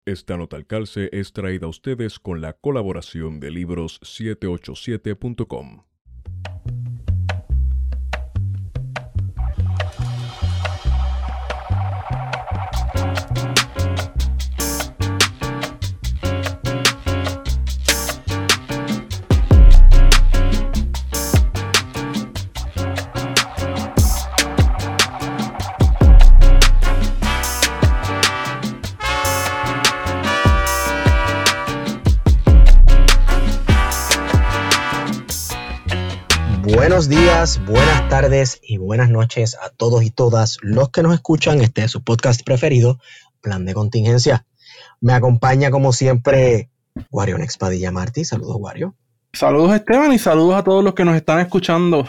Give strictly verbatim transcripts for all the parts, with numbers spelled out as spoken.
Esta nota al calce es traída a ustedes con la colaboración de libros setecientos ochenta y siete punto com. Buenos días, buenas tardes y buenas noches a todos y todas los que nos escuchan. Este es su podcast preferido, Plan de Contingencia. Me acompaña como siempre Wario Nex Padilla Martí. Saludos, Wario. Saludos, Esteban, y saludos a todos los que nos están escuchando.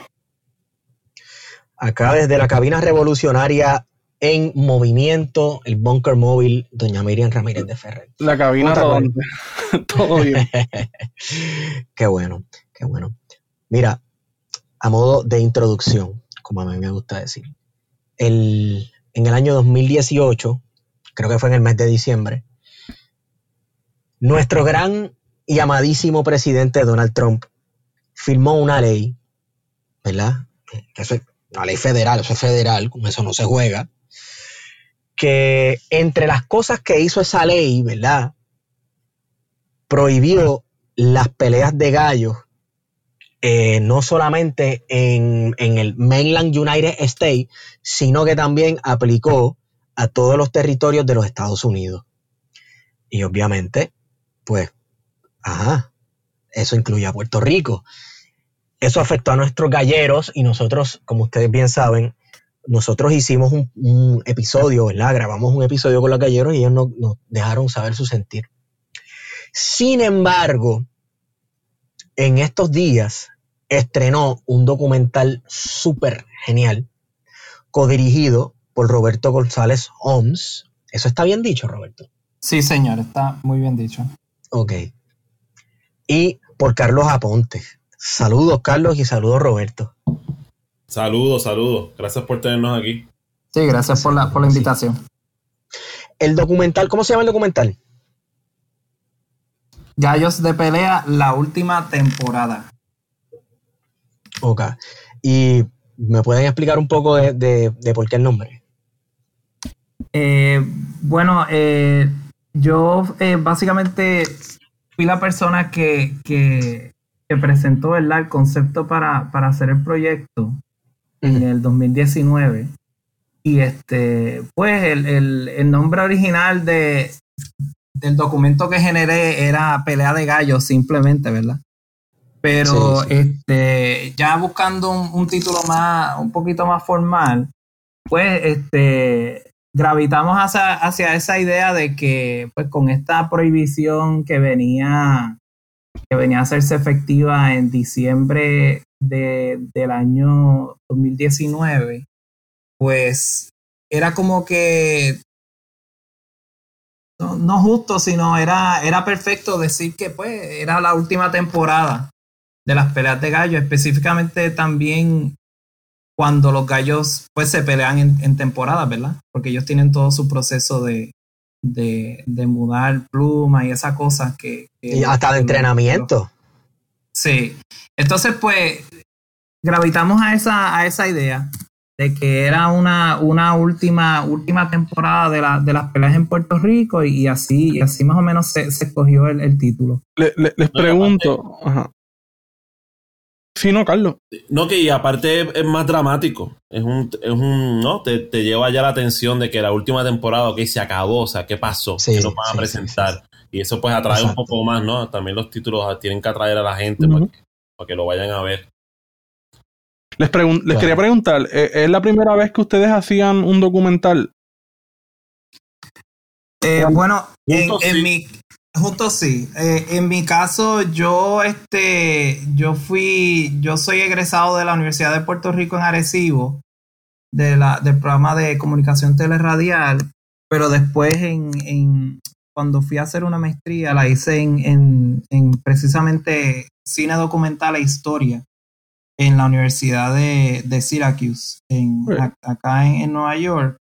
Acá desde la cabina revolucionaria en movimiento, el búnker móvil, doña Miriam Ramírez de Ferrer. La cabina rodante. Todo bien. Qué bueno, qué bueno. Mira, a modo de introducción, como a mí me gusta decir, el, en el año dos mil dieciocho, creo que fue en el mes de diciembre, nuestro gran y amadísimo presidente Donald Trump firmó una ley, ¿verdad? Eso es una ley federal, eso es federal, con eso no se juega, que entre las cosas que hizo esa ley, ¿verdad?, prohibió las peleas de gallos. Eh, no solamente en, en el mainland United States, sino que también aplicó a todos los territorios de los Estados Unidos. Y obviamente, pues, ajá, eso incluye a Puerto Rico. Eso afectó a nuestros galleros y nosotros, como ustedes bien saben, nosotros hicimos un, un episodio, ¿verdad? Grabamos un episodio con los galleros y ellos nos, nos dejaron saber su sentir. Sin embargo, en estos días estrenó un documental súper genial, codirigido por Roberto González Homs. ¿Eso está bien dicho, Roberto? Sí, señor, está muy bien dicho. Ok. Y por Carlos Aponte. Saludos, Carlos, y saludos, Roberto. Saludos, saludos. Gracias por tenernos aquí. Sí, gracias por la, por la invitación. El documental, ¿cómo se llama el documental? Gallos de Pelea, la última temporada. Ok. ¿Y me pueden explicar un poco de, de, de por qué el nombre? Eh, bueno, eh, yo eh, básicamente fui la persona que, que, que presentó, ¿verdad?, el concepto para, para hacer el proyecto uh-huh. en el dos mil diecinueve. Y este, pues el, el, el nombre original de, del documento que generé era Pelea de Gallos, simplemente, ¿verdad? Pero sí, sí. este, ya buscando un, un título más, un poquito más formal, pues este, gravitamos hacia, hacia esa idea de que, pues, con esta prohibición que venía, que venía a hacerse efectiva en diciembre de, del año dos mil diecinueve, pues era como que no, no justo, sino era, era perfecto decir que, pues, era la última temporada de las peleas de gallos, específicamente también cuando los gallos pues se pelean en, en temporada, ¿verdad? Porque ellos tienen todo su proceso de, de, de mudar pluma y esas cosas que... que y hasta de entrenamiento. Los, sí. Entonces, pues, gravitamos a esa, a esa idea de que era una, una última, última temporada de, la, de las peleas en Puerto Rico y, y así, y así más o menos se, se escogió el, el título. Le, le, les pregunto... Ajá. Sí, no, Carlos. No, que y aparte es, es más dramático. Es un, es un, ¿no? Te, te lleva ya la atención de que la última temporada, ok, se acabó, o sea, ¿qué pasó? Sí, ¿Qué nos van sí, a presentar? Sí, sí, sí. Y eso pues atrae Exacto. un poco más, ¿no? También los títulos tienen que atraer a la gente uh-huh. para, que, para que lo vayan a ver. Les, pregun- les claro. quería preguntar, ¿es la primera vez que ustedes hacían un documental? Eh, bueno, en, en mi... Juntos sí. Eh, en mi caso, yo este, yo fui, yo soy egresado de la Universidad de Puerto Rico en Arecibo, de la, del programa de comunicación teleradial, pero después en, en cuando fui a hacer una maestría, la hice en, en, en precisamente cine documental e historia en la Universidad de, de Syracuse, en, a, acá en, en Nueva York.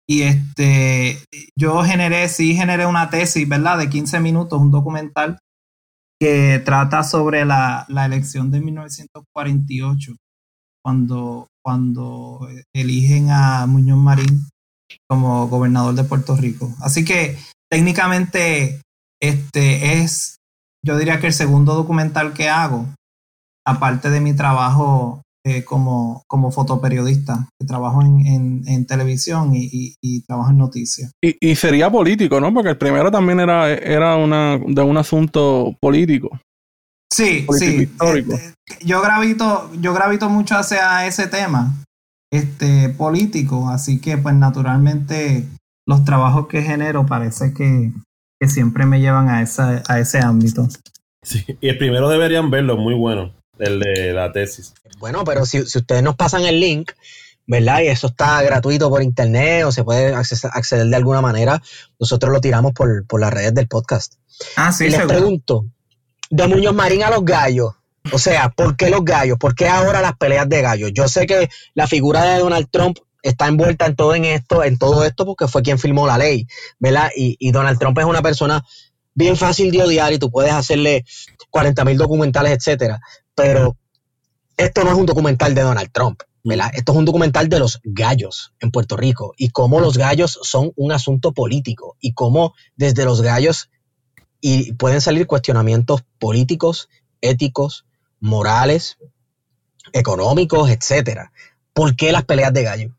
Y este, yo generé, sí generé una tesis, ¿verdad? De quince minutos, un documental que trata sobre la, la elección de mil novecientos cuarenta y ocho, cuando, cuando eligen a Muñoz Marín como gobernador de Puerto Rico. Así que técnicamente este es, yo diría que el segundo documental que hago, aparte de mi trabajo eh, como, como fotoperiodista, que trabajo en, en, en televisión y, y, y trabajo en noticias. Y, y sería político, ¿no? Porque el primero también era, era una, de un asunto político. Sí, político sí. Histórico. Este, yo gravito, yo gravito mucho hacia ese tema, este, político, así que pues naturalmente los trabajos que genero parece que, que siempre me llevan a, esa, a ese ámbito. Sí, y el primero deberían verlo, muy bueno, el de la tesis. Bueno, pero si, si ustedes nos pasan el link, ¿verdad? Y eso está gratuito por internet o se puede acceder, acceder de alguna manera, nosotros lo tiramos por, por las redes del podcast. Ah, sí, y les seguro. pregunto, de Muñoz Marín a los gallos, o sea, ¿por qué los gallos? ¿Por qué ahora las peleas de gallos? Yo sé que la figura de Donald Trump está envuelta en todo en esto, en todo esto porque fue quien firmó la ley, ¿verdad? Y, y Donald Trump es una persona bien fácil de odiar y tú puedes hacerle cuarenta mil documentales, etcétera. Pero esto no es un documental de Donald Trump, ¿verdad? Esto es un documental de los gallos en Puerto Rico y cómo los gallos son un asunto político y cómo desde los gallos y pueden salir cuestionamientos políticos, éticos, morales, económicos, etcétera. ¿Por qué las peleas de gallo?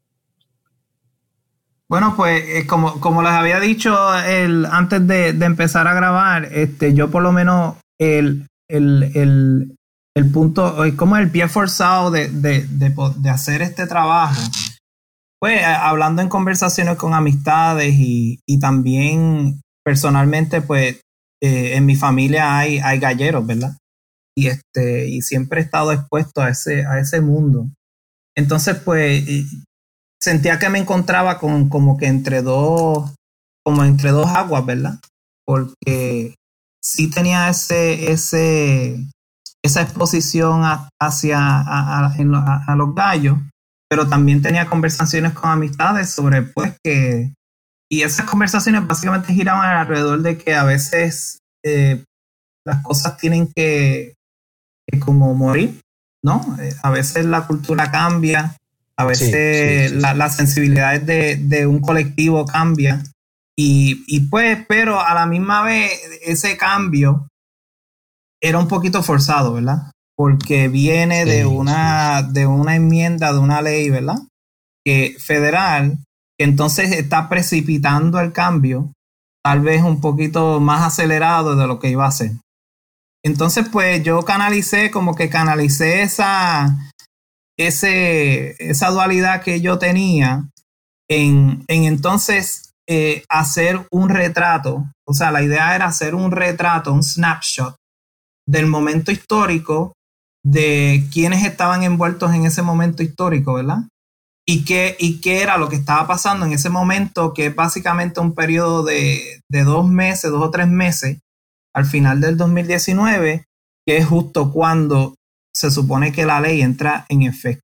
Bueno, pues eh, como, como les había dicho el, antes de, de empezar a grabar, este, yo por lo menos el, el, el, el punto, como el pie forzado de, de, de, de hacer este trabajo, pues hablando en conversaciones con amistades y, y también personalmente, pues eh, en mi familia hay, hay galleros, ¿verdad? Y, este, y siempre he estado expuesto a ese, a ese mundo. Entonces, pues sentía que me encontraba con, como que entre dos, como entre dos aguas, ¿verdad? Porque sí tenía ese, ese, esa exposición a, hacia a, a, a, a los gallos, pero también tenía conversaciones con amistades sobre, pues, que, y esas conversaciones básicamente giraban alrededor de que a veces eh, las cosas tienen que, que como morir, ¿no? Eh, a veces la cultura cambia. A veces sí, sí, sí, la, sí. las sensibilidades de, de un colectivo cambian y, y pues, pero a la misma vez ese cambio era un poquito forzado, ¿verdad? Porque viene sí, de una sí. de una enmienda de una ley, ¿verdad? Que federal, que entonces está precipitando el cambio, tal vez un poquito más acelerado de lo que iba a ser. Entonces, pues yo canalicé, como que canalicé esa Ese, esa dualidad que yo tenía en, en entonces eh, hacer un retrato. O sea, la idea era hacer un retrato, un snapshot del momento histórico, de quienes estaban envueltos en ese momento histórico, ¿verdad? Y qué, y qué era lo que estaba pasando en ese momento, que es básicamente un periodo de, de dos meses, dos o tres meses, al final del dos mil diecinueve, que es justo cuando se supone que la ley entra en efecto.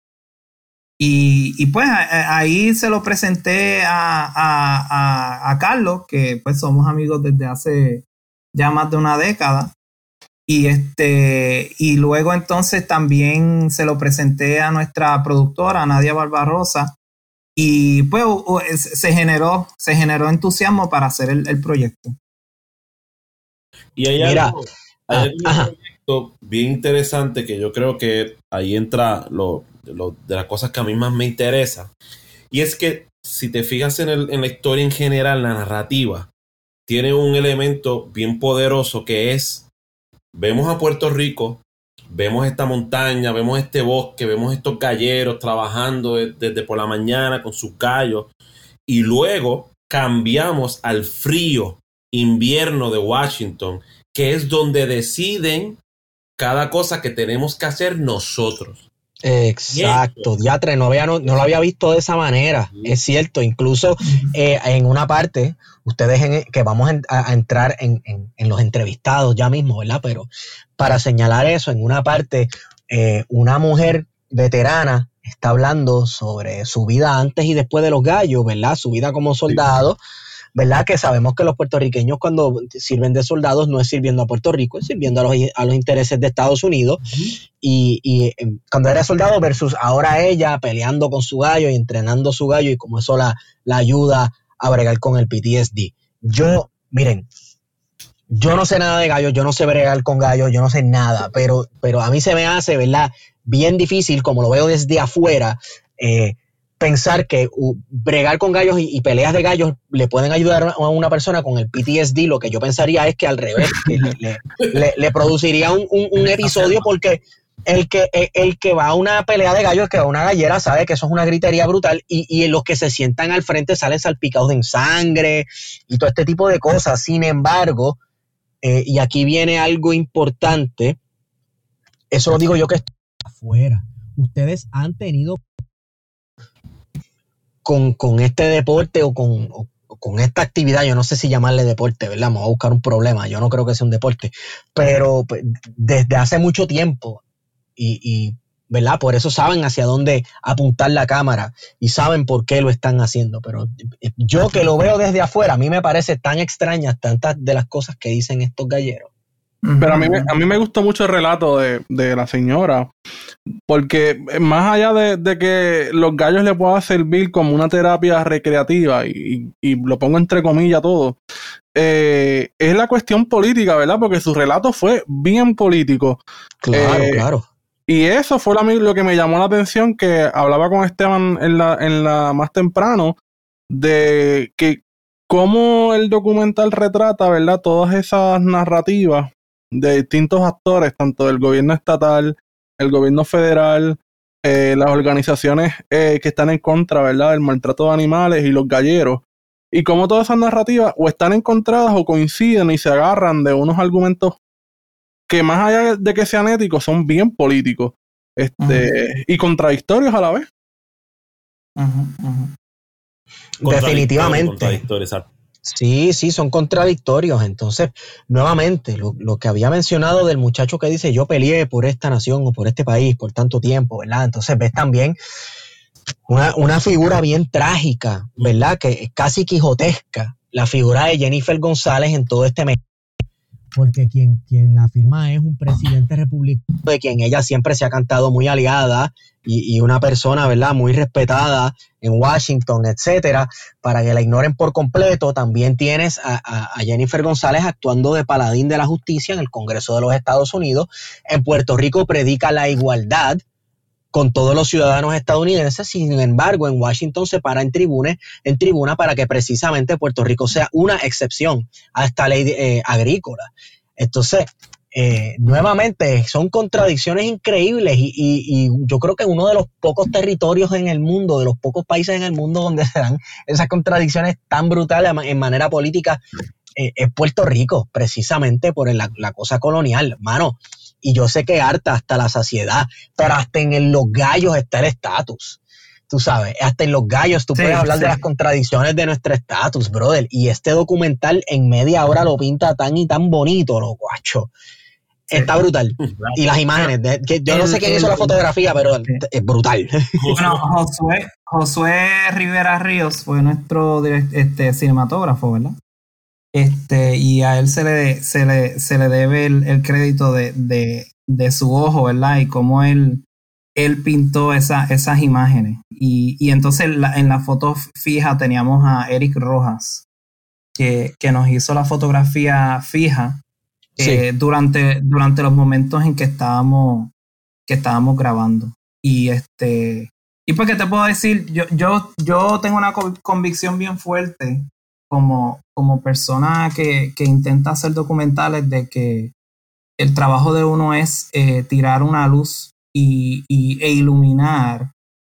Y, y pues a, ahí se lo presenté a, a, a, a Carlos, que pues somos amigos desde hace ya más de una década. Y, este, y luego entonces también se lo presenté a nuestra productora, Nadia Barbarosa. Y pues se generó, se generó entusiasmo para hacer el, el proyecto. Y hay Mira, algo, hay algo bien interesante que yo creo que ahí entra lo, lo de las cosas que a mí más me interesa, y es que si te fijas en, el, en la historia en general, la narrativa tiene un elemento bien poderoso que es: vemos a Puerto Rico, vemos esta montaña, vemos este bosque, vemos estos galleros trabajando desde de por la mañana con sus gallos, y luego cambiamos al frío invierno de Washington, que es donde deciden cada cosa que tenemos que hacer nosotros. Exacto, diatre, no, había, no, no lo había visto de esa manera, sí. Es cierto, incluso eh, en una parte, ustedes en, que vamos a, a entrar en, en, en los entrevistados ya mismo, ¿verdad? Pero para señalar eso, en una parte, eh, una mujer veterana está hablando sobre su vida antes y después de los gallos, ¿verdad? Su vida como soldado, ¿verdad? Que sabemos que los puertorriqueños cuando sirven de soldados no es sirviendo a Puerto Rico, es sirviendo a los, a los intereses de Estados Unidos. Uh-huh. Y, y cuando era soldado versus ahora ella peleando con su gallo y entrenando su gallo y como eso la, la ayuda a bregar con el P T S D. Yo, miren, yo no sé nada de gallos, yo no sé bregar con gallos, yo no sé nada, pero, pero a mí se me hace, ¿verdad? Bien difícil, como lo veo desde afuera, eh, pensar que uh, bregar con gallos y, y peleas de gallos le pueden ayudar a una persona con el P T S D. Lo que yo pensaría es que al revés, que le, le, le, le produciría un, un, un episodio, porque el que, el que va a una pelea de gallos, el que va a una gallera, sabe que eso es una gritería brutal y, y los que se sientan al frente salen salpicados en sangre y todo este tipo de cosas. Sin embargo, eh, y aquí viene algo importante, eso lo digo yo que estoy afuera. Ustedes han tenido Con, con este deporte o con, o, o con esta actividad, yo no sé si llamarle deporte, ¿verdad? Me voy a buscar un problema, yo no creo que sea un deporte, pero pues, desde hace mucho tiempo y, y, ¿verdad? Por eso saben hacia dónde apuntar la cámara y saben por qué lo están haciendo, pero yo que lo veo desde afuera, a mí me parece tan extrañas tantas de las cosas que dicen estos galleros. Pero a mí, a mí me gustó mucho el relato de, de la señora, porque más allá de, de que los gallos le puedan servir como una terapia recreativa, y, y, y lo pongo entre comillas todo, eh, es la cuestión política, ¿verdad? Porque su relato fue bien político. Claro, eh, claro. Y eso fue lo, lo que me llamó la atención, que hablaba con Esteban en la, en la más temprano, de que cómo el documental retrata, ¿verdad? Todas esas narrativas de distintos actores, tanto del gobierno estatal, el gobierno federal, eh, las organizaciones eh, que están en contra, ¿verdad?, del maltrato de animales y los galleros, y cómo todas esas narrativas o están encontradas o coinciden y se agarran de unos argumentos que más allá de que sean éticos son bien políticos, este, uh-huh. y contradictorios a la vez. Uh-huh, uh-huh. Definitivamente. Contradictorios, Sí, sí, son contradictorios. Entonces, nuevamente, lo, lo que había mencionado del muchacho que dice, yo peleé por esta nación o por este país por tanto tiempo, ¿verdad? Entonces ves también una, una figura bien trágica, ¿verdad? Que es casi quijotesca, la figura de Jennifer González en todo este mes. Porque quien, quien la firma es un presidente republicano de quien ella siempre se ha cantado muy aliada y, y una persona, ¿verdad?, muy respetada en Washington, etcétera. Para que la ignoren por completo, también tienes a, a, a Jennifer González actuando de paladín de la justicia en el Congreso de los Estados Unidos. En Puerto Rico predica la igualdad con todos los ciudadanos estadounidenses. Sin embargo, en Washington se para en tribuna, en tribuna para que precisamente Puerto Rico sea una excepción a esta ley eh, agrícola. Entonces, eh, nuevamente, son contradicciones increíbles y, y, y yo creo que uno de los pocos territorios en el mundo, de los pocos países en el mundo donde se dan esas contradicciones tan brutales en manera política, eh, es Puerto Rico, precisamente por la, la cosa colonial, mano. Y yo sé que harta hasta la saciedad, pero hasta en el, los gallos está el estatus. Tú sabes, hasta en los gallos tú sí, puedes hablar sí. de las contradicciones de nuestro estatus, brother. Y este documental en media hora lo pinta tan y tan bonito, lo guacho. Sí. Está brutal. Y las imágenes, de, que yo el, no sé quién el, hizo la fotografía, pero sí. es brutal. Bueno, Josué, Josué Rivera Ríos fue nuestro direct, este, cinematógrafo, ¿verdad? Este, y a él se le, se le, se le debe el, el crédito de, de, de su ojo, ¿verdad? Y cómo él, él pintó esa, esas imágenes. Y, y entonces la, en la foto fija teníamos a Eric Rojas, que, que nos hizo la fotografía fija eh, sí. durante, durante los momentos en que estábamos, que estábamos grabando. Y este, y pues, ¿qué te puedo decir? Yo, yo, yo tengo una convicción bien fuerte como, como persona que, que intenta hacer documentales, de que el trabajo de uno es eh, tirar una luz y, y, e iluminar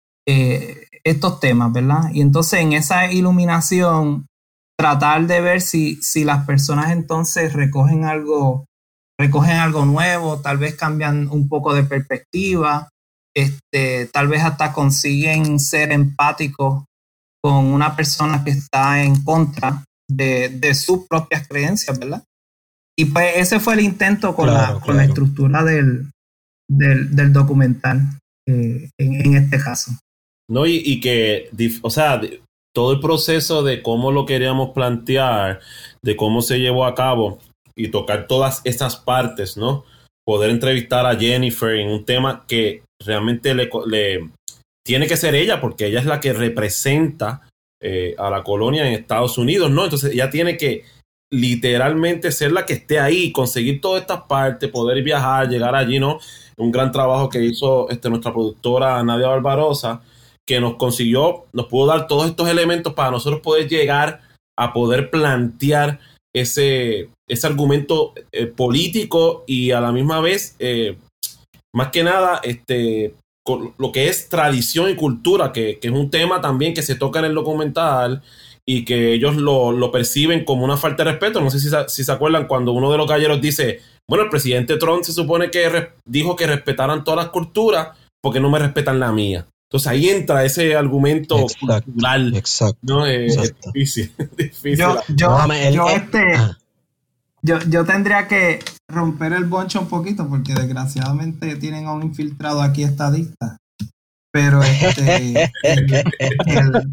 eh, estos temas, ¿verdad? Y entonces en esa iluminación tratar de ver si, si las personas entonces recogen algo, recogen algo nuevo, tal vez cambian un poco de perspectiva, este, tal vez hasta consiguen ser empáticos con una persona que está en contra de, de sus propias creencias, ¿verdad? Y pues ese fue el intento con, claro, la, claro. con la estructura del, del, del documental. eh, en, en este caso. No, y, y que, o sea, todo el proceso de cómo lo queríamos plantear, de cómo se llevó a cabo y tocar todas esas partes, ¿no? Poder entrevistar a Jennifer en un tema que realmente le, le tiene que ser ella, porque ella es la que representa eh, a la colonia en Estados Unidos, ¿no? Entonces ella tiene que literalmente ser la que esté ahí, conseguir todas estas partes, poder viajar, llegar allí, ¿no? Un gran trabajo que hizo este, nuestra productora Nadia Barbarosa, que nos consiguió, nos pudo dar todos estos elementos para nosotros poder llegar a poder plantear ese, ese argumento eh, político y a la misma vez, eh, más que nada, este, con lo que es tradición y cultura, que, que es un tema también que se toca en el documental y que ellos lo, lo perciben como una falta de respeto. No sé si, si se acuerdan cuando uno de los galleros dice, bueno, el presidente Trump se supone que re, dijo que respetaran todas las culturas porque no me respetan la mía. Entonces ahí entra ese argumento exacto, cultural. Exacto, ¿no? Eh, exacto. Es difícil. difícil. Yo, yo, no, el, yo, el, este, ah. yo, yo tendría que romper el boncho un poquito porque desgraciadamente tienen a un infiltrado aquí estadista. Pero este, el, el,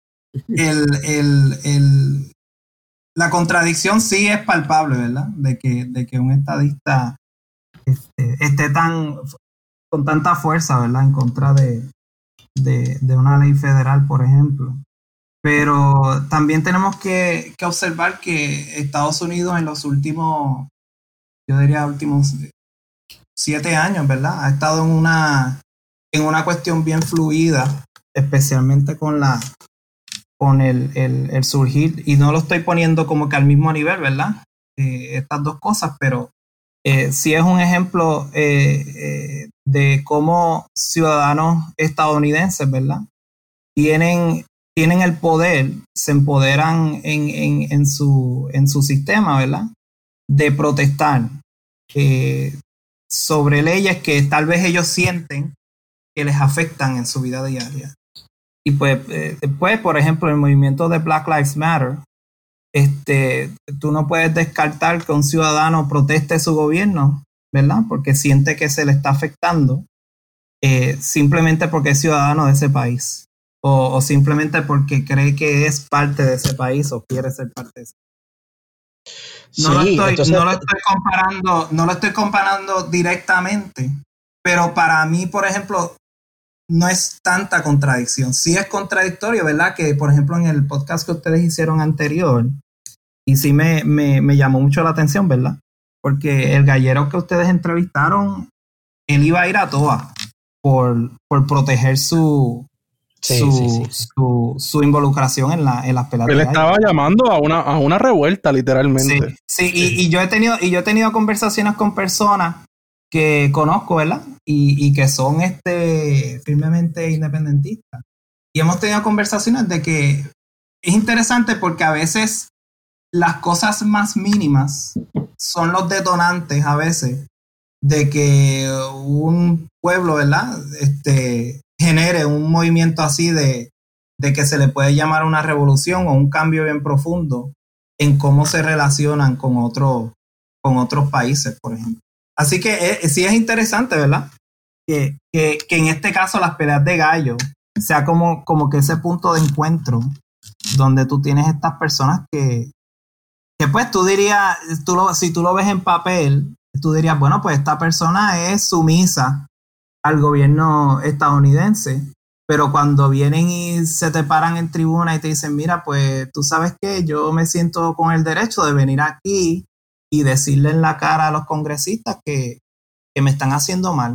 el, el, el, la contradicción sí es palpable, ¿verdad? De que, de que un estadista este, esté tan con tanta fuerza, ¿verdad? En contra de De, de una ley federal, por ejemplo. Pero también tenemos que, que observar que Estados Unidos en los últimos, yo diría últimos siete años, ¿verdad? Ha estado en una, en una cuestión bien fluida, especialmente con la con el, el, el surgir, y no lo estoy poniendo como que al mismo nivel, ¿verdad? Eh, estas dos cosas, pero Eh, sí es un ejemplo eh, eh, de cómo ciudadanos estadounidenses, ¿verdad? Tienen, tienen el poder, se empoderan en, en, en, su, en su sistema, ¿verdad? De protestar eh, sobre leyes que tal vez ellos sienten que les afectan en su vida diaria. Y pues, eh, después, por ejemplo, el movimiento de Black Lives Matter, Este, tú no puedes descartar que un ciudadano proteste su gobierno, ¿verdad? Porque siente que se le está afectando, eh, simplemente porque es ciudadano de ese país, o, o simplemente porque cree que es parte de ese país o quiere ser parte de ese país. No, sí, lo estoy, entonces... no lo estoy comparando, no lo estoy comparando directamente, pero para mí, por ejemplo, no es tanta contradicción. Sí es contradictorio, ¿verdad? Que, por ejemplo, en el podcast que ustedes hicieron anterior, y sí me, me, me llamó mucho la atención, ¿verdad? Porque el gallero que ustedes entrevistaron, él iba a ir a todas por, por proteger su, sí, su, sí, sí. Su, su involucración en, la, en las peleas. Él estaba llamando a una, a una revuelta, literalmente. Sí, sí, sí. Y, y, yo he tenido, y yo he tenido conversaciones con personas que conozco, ¿verdad? Y, y que son este, firmemente independentistas. Y hemos tenido conversaciones de que es interesante porque a veces las cosas más mínimas son los detonantes a veces de que un pueblo, ¿verdad? Este, genere un movimiento así de, de que se le puede llamar una revolución o un cambio bien profundo en cómo se relacionan con, otro, con otros países, por ejemplo. Así que eh, sí es interesante, ¿verdad? Que, que, que en este caso las peleas de gallo sea como, como que ese punto de encuentro donde tú tienes estas personas que, que pues tú dirías, tú lo, si tú lo ves en papel, tú dirías, bueno, pues esta persona es sumisa al gobierno estadounidense, pero cuando vienen y se te paran en tribuna y te dicen, mira, pues tú sabes que yo me siento con el derecho de venir aquí y decirle en la cara a los congresistas que, que me están haciendo mal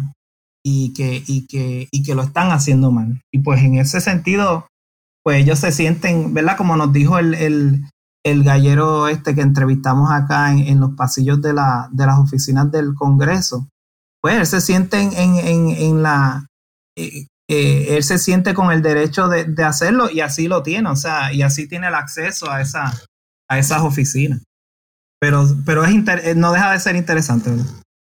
y que, y, que, y que lo están haciendo mal. Y pues en ese sentido, pues ellos se sienten, ¿verdad? Como nos dijo el, el, el gallero este que entrevistamos acá en, en los pasillos de, la, de las oficinas del Congreso, pues él se siente en, en, en, en la... Eh, eh, él se siente con el derecho de, de hacerlo y así lo tiene, o sea, y así tiene el acceso a, esa, a esas oficinas. Pero, pero es inter- no deja de ser interesante, ¿verdad?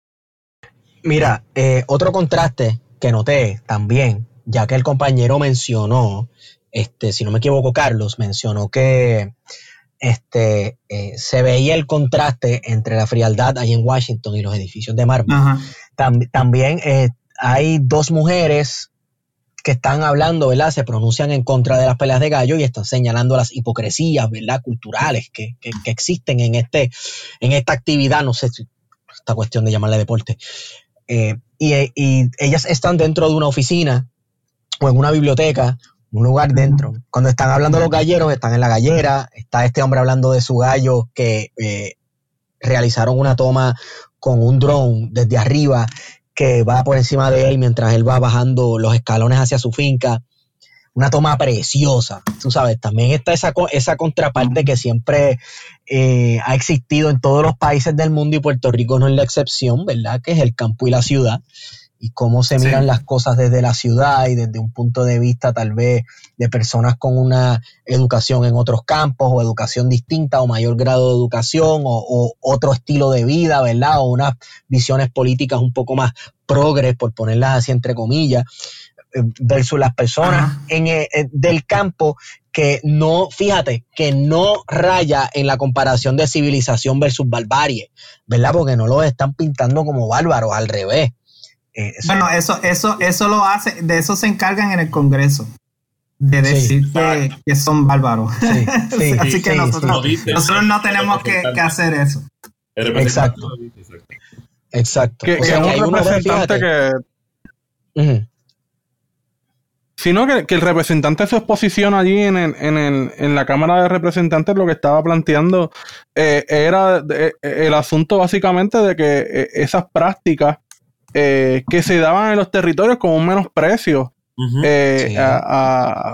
Mira, eh, otro contraste que noté también, ya que el compañero mencionó, este, si no me equivoco, Carlos, mencionó que este, eh, se veía el contraste entre la frialdad ahí en Washington y los edificios de mármol. Tam- también eh, hay dos mujeres que están hablando, ¿verdad? Se pronuncian en contra de las peleas de gallo y están señalando las hipocresías, ¿verdad? Culturales que, que, que existen en, este, en esta actividad, no sé si esta cuestión de llamarle deporte. Eh, y, y ellas están dentro de una oficina o en una biblioteca, un lugar dentro. Cuando están hablando los galleros, están en la gallera, está este hombre hablando de su gallo que eh, realizaron una toma con un drone desde arriba que va por encima de él mientras él va bajando los escalones hacia su finca. Una toma preciosa, tú sabes. También está esa, esa contraparte que siempre eh, ha existido en todos los países del mundo y Puerto Rico no es la excepción, ¿verdad? Que es el campo y la ciudad y cómo se miran sí. las cosas desde la ciudad y desde un punto de vista tal vez de personas con una educación en otros campos o educación distinta o mayor grado de educación o, o otro estilo de vida, ¿verdad? O unas visiones políticas un poco más progres, por ponerlas así entre comillas, versus las personas en, eh, del campo que no, fíjate, que no raya en la comparación de civilización versus barbarie, ¿verdad? Porque no los están pintando como bárbaros, al revés. Eh, eso, bueno, eso, eso, eso lo hace, de eso se encargan en el Congreso, de decir sí. que, que son bárbaros. Sí, sí, Así sí, que sí, nosotros, sí. nosotros no tenemos que, que hacer eso. Exacto. Exacto. Que, o sea, que es un representante que... Uh-huh. Sino que, que el representante de su exposición allí en, el, en, el, en la Cámara de Representantes lo que estaba planteando eh, era de, el asunto básicamente de que eh, esas prácticas eh, que se daban en los territorios con un menosprecio uh-huh. eh, sí. a, a,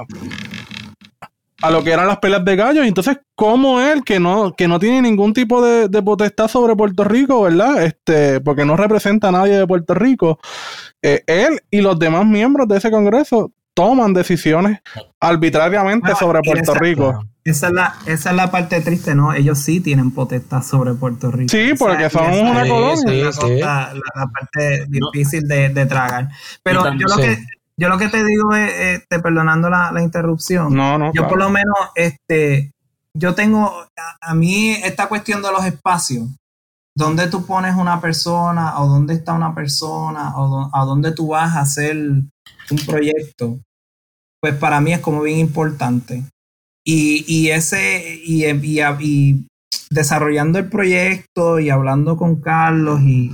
a lo que eran las peleas de gallos. Y entonces, ¿cómo él, que no, que no tiene ningún tipo de, de potestad sobre Puerto Rico, ¿verdad? Este, porque no representa a nadie de Puerto Rico, eh, él y los demás miembros de ese Congreso toman decisiones arbitrariamente bueno, sobre Puerto esa, Rico. Esa es, la, esa es la parte triste, ¿no? Ellos sí tienen potestad sobre Puerto Rico. Sí, porque somos una sí, colonia. Sí, la, sí. La, la, la parte difícil no. de, de tragar. Pero también, yo, lo sí. que, yo lo que te digo es, este, perdonando la, la interrupción, no, no, yo claro. por lo menos, este, yo tengo, a, a mí esta cuestión de los espacios, dónde tú pones una persona, o dónde está una persona, o a dónde tú vas a hacer un proyecto, pues para mí es como bien importante. Y, y ese, y, y, y desarrollando el proyecto y hablando con Carlos y,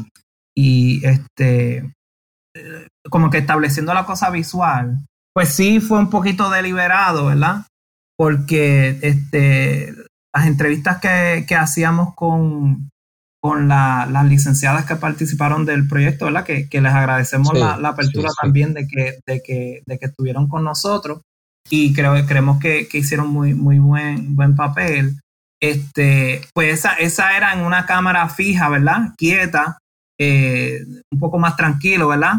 y este como que estableciendo la cosa visual, pues sí fue un poquito deliberado, ¿verdad? Porque este las entrevistas que, que hacíamos con, con la, las licenciadas que participaron del proyecto, ¿verdad? Que, que les agradecemos sí, la, la apertura sí, sí. también de que, de, que, de que estuvieron con nosotros y creo, creemos que, que hicieron muy, muy buen, buen papel. Este, pues esa, esa era en una cámara fija, ¿verdad? Quieta, eh, un poco más tranquilo, ¿verdad?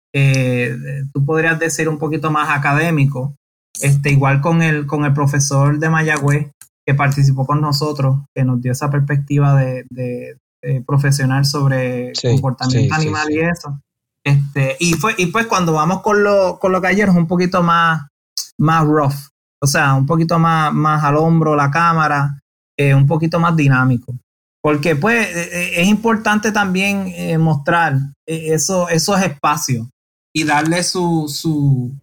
Eh, tú podrías decir un poquito más académico. Este, igual con el, con el profesor de Mayagüez que participó con nosotros, que nos dio esa perspectiva de, de, de profesional sobre sí, comportamiento sí, animal sí, sí. y eso. Este, y fue, y pues cuando vamos con los con los galleros un poquito más, más rough, o sea, un poquito más, más al hombro la cámara, eh, un poquito más dinámico. Porque pues eh, es importante también eh, mostrar eh, eso, esos espacios y darle su, su,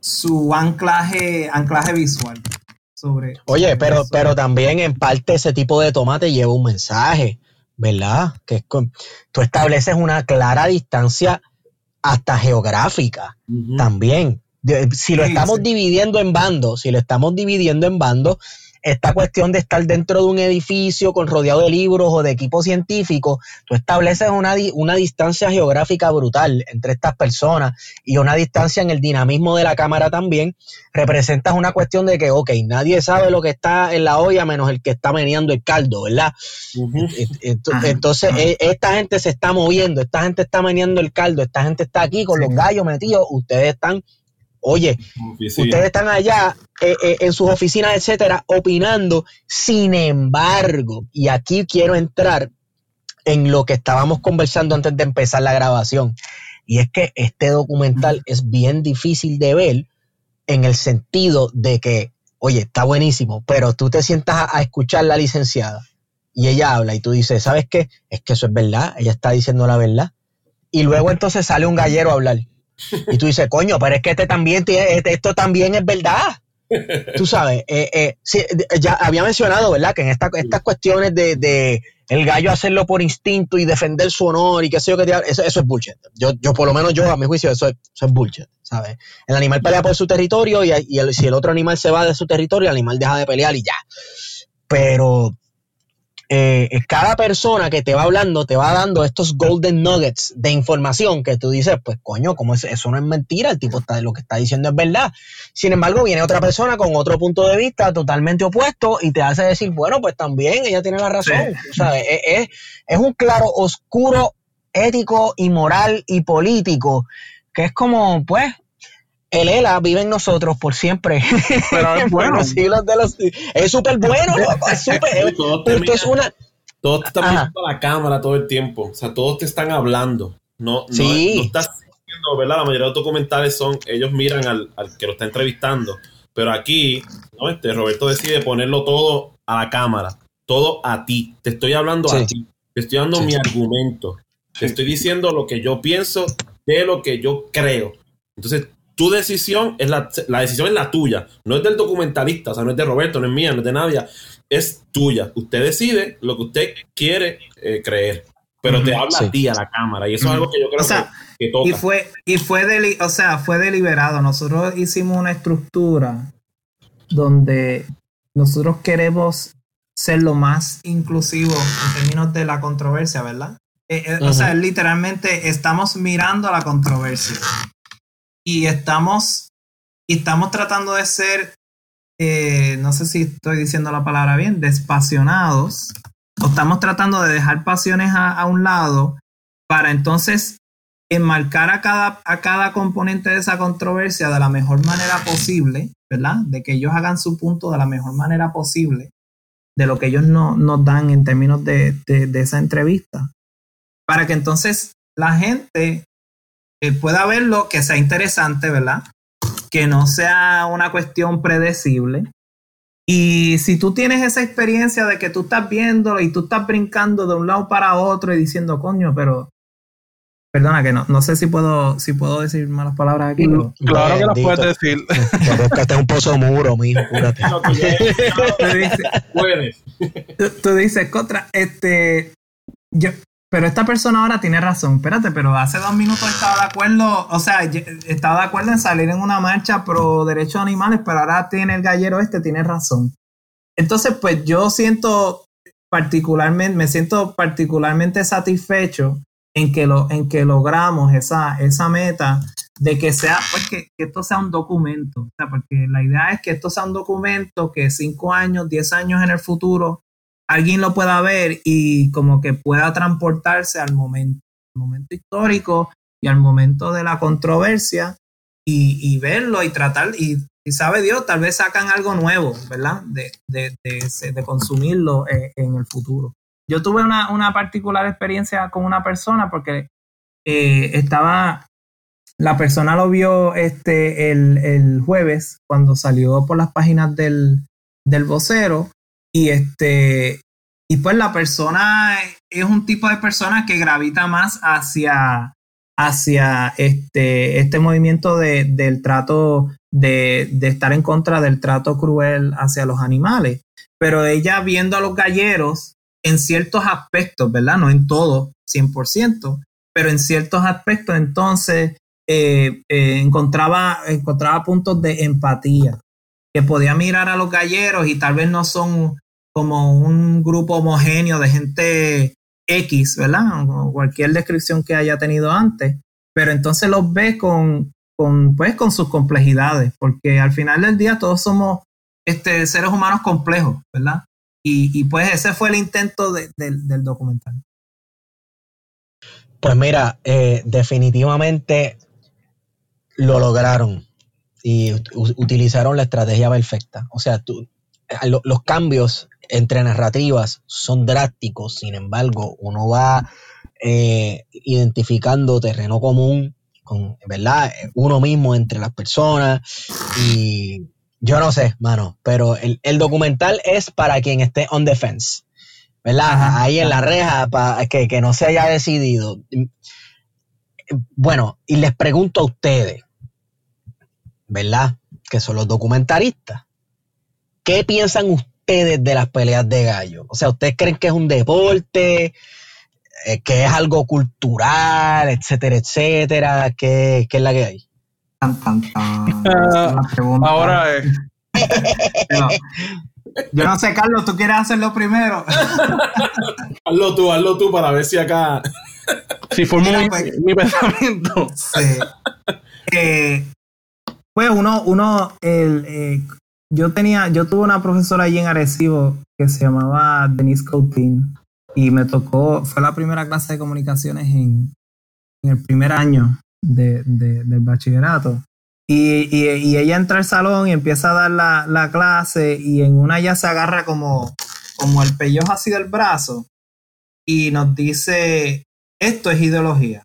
su anclaje, anclaje visual. Sobre, Oye, sobre pero, eso. pero también en parte ese tipo de toma te lleva un mensaje, ¿verdad? Que es con, tú estableces una clara distancia hasta geográfica uh-huh. también. De, si lo sí, estamos sí. dividiendo en bandos, si lo estamos dividiendo en bandos, esta cuestión de estar dentro de un edificio con rodeado de libros o de equipos científicos, tú estableces una, una distancia geográfica brutal entre estas personas y una distancia en el dinamismo de la cámara también. Representas una cuestión de que, ok, nadie sabe lo que está en la olla menos el que está meneando el caldo, ¿verdad? Uh-huh. Entonces, uh-huh. esta gente se está moviendo, esta gente está meneando el caldo, esta gente está aquí con sí. los gallos metidos, ustedes están... Oye, oficina. Ustedes están allá eh, eh, en sus oficinas, etcétera, opinando. Sin embargo, y aquí quiero entrar en lo que estábamos conversando antes de empezar la grabación, y es que este documental es bien difícil de ver en el sentido de que, oye, está buenísimo, pero tú te sientas a, a escuchar a la licenciada y ella habla y tú dices, ¿sabes qué? Es que eso es verdad, ella está diciendo la verdad. Y luego entonces sale un gallero a hablar. Y tú dices, coño, pero es que este también tiene, este, esto también es verdad. Tú sabes, eh, eh, sí, ya había mencionado, ¿verdad? Que en esta, estas cuestiones de, de el gallo hacerlo por instinto y defender su honor y qué sé yo, que eso, eso es bullshit. Yo, yo, por lo menos yo, a mi juicio, eso es, eso es bullshit, ¿sabes? El animal pelea por su territorio y, y el, si el otro animal se va de su territorio, el animal deja de pelear y ya. Pero eh, cada persona que te va hablando te va dando estos golden nuggets de información que tú dices, pues coño, ¿cómo es? Eso no es mentira, el tipo está, lo que está diciendo es verdad. Sin embargo, viene otra persona con otro punto de vista totalmente opuesto y te hace decir, bueno, pues también ella tiene la razón. Sí. ¿Sabes? Es, es, es un claro oscuro ético y moral y político que es como, pues, el E L A vive en nosotros por siempre. Pero es bueno. Los siglos de los, es súper bueno. Es súper. Esto es una. Todos te están mirando a la cámara todo el tiempo. O sea, todos te están hablando. No, no, sí. no estás diciendo, ¿verdad? La mayoría de los documentales son, ellos miran al, al que lo está entrevistando. Pero aquí, ¿no? Este, Roberto decide ponerlo todo a la cámara. Todo a ti. Te estoy hablando sí. a ti. Te estoy dando sí. mi argumento. Te estoy diciendo lo que yo pienso de lo que yo creo. Entonces, tu decisión es la, la decisión es la tuya, no es del documentalista, o sea, no es de Roberto, no es mía, no es de nadie, es tuya. Usted decide lo que usted quiere eh, creer, pero uh-huh, te habla sí. a ti, a la cámara, y eso uh-huh. es algo que yo creo o sea, que, que toca. Y fue, y fue, deli- o sea, fue deliberado. Nosotros hicimos una estructura donde nosotros queremos ser lo más inclusivo en términos de la controversia, ¿verdad? Eh, eh, uh-huh. O sea, literalmente estamos mirando a la controversia. Y estamos, y estamos tratando de ser, eh, no sé si estoy diciendo la palabra bien, despasionados, o estamos tratando de dejar pasiones a, a un lado para entonces enmarcar a cada, a cada componente de esa controversia de la mejor manera posible, ¿verdad? De que ellos hagan su punto de la mejor manera posible, de lo que ellos no, nos dan en términos de, de, de esa entrevista, para que entonces la gente Eh, pueda verlo, que sea interesante, ¿verdad? Que no sea una cuestión predecible. Y si tú tienes esa experiencia de que tú estás viendo y tú estás brincando de un lado para otro y diciendo, coño, pero perdona que no, no sé si puedo si puedo decir malas palabras aquí. Pero... Claro que las puedes decir. Este es un pozo muro, mijo, cúrate. Puedes. Tú, tú dices, contra, este, yo pero esta persona ahora tiene razón. Espérate, pero hace dos minutos estaba de acuerdo, o sea, estaba de acuerdo en salir en una marcha pro derechos de animales, pero ahora tiene el gallero este, tiene razón. Entonces, pues yo siento particularmente, me siento particularmente satisfecho en que lo, en que logramos esa, esa meta de que sea, pues que, que esto sea un documento. O sea, porque la idea es que esto sea un documento que cinco años, diez años en el futuro alguien lo pueda ver y como que pueda transportarse al momento, al momento histórico y al momento de la controversia y, y verlo y tratar, y, y sabe Dios, tal vez sacan algo nuevo, ¿verdad? De, de, de, de consumirlo en, en el futuro. Yo tuve una, una particular experiencia con una persona porque eh, estaba, la persona lo vio este el, el jueves cuando salió por las páginas del, del vocero. Y este, y pues la persona es un tipo de persona que gravita más hacia, hacia este, este movimiento de, del trato, de, de estar en contra del trato cruel hacia los animales. Pero ella viendo a los galleros en ciertos aspectos, ¿verdad? No en todo, cien por ciento, pero en ciertos aspectos, entonces eh, eh, encontraba, encontraba puntos de empatía. Que podía mirar a los galleros y tal vez no son como un grupo homogéneo de gente X, ¿verdad? O cualquier descripción que haya tenido antes, pero entonces los ve con, con, pues, con sus complejidades, porque al final del día todos somos este, seres humanos complejos, ¿verdad? Y, y pues ese fue el intento de, de, del documental. Pues mira, eh, definitivamente lo lograron. Y u- utilizaron la estrategia perfecta. O sea, tú, lo, los cambios entre narrativas son drásticos, sin embargo, uno va eh, identificando terreno común, con, ¿verdad? Uno mismo entre las personas. Y yo no sé, mano, pero el, el documental es para quien esté on the fence, ¿verdad? Ajá, ahí en la reja, para que, que no se haya decidido. bueno, y les pregunto a ustedes, ¿verdad? Que son los documentaristas. ¿Qué piensan ustedes de las peleas de gallo? O sea, ¿ustedes creen que es un deporte, eh, que es algo cultural, etcétera, etcétera? ¿Qué, qué es la que hay? Tan, tan, tan. Uh, ahora es. No. Yo no sé, Carlos, ¿tú quieres hacerlo primero? Hazlo tú, hazlo tú para ver si acá... Si formo Mira, mi, pues, mi pensamiento. Sí. Eh, pues uno, uno, el, eh, yo tenía, yo tuve una profesora allí en Arecibo que se llamaba Denise Coutin y me tocó, fue la primera clase de comunicaciones en, en el primer año de, de, del bachillerato. Y, y, y ella entra al salón y empieza a dar la, la clase y en una ya se agarra como, como el pellejo así del brazo y nos dice, esto es ideología.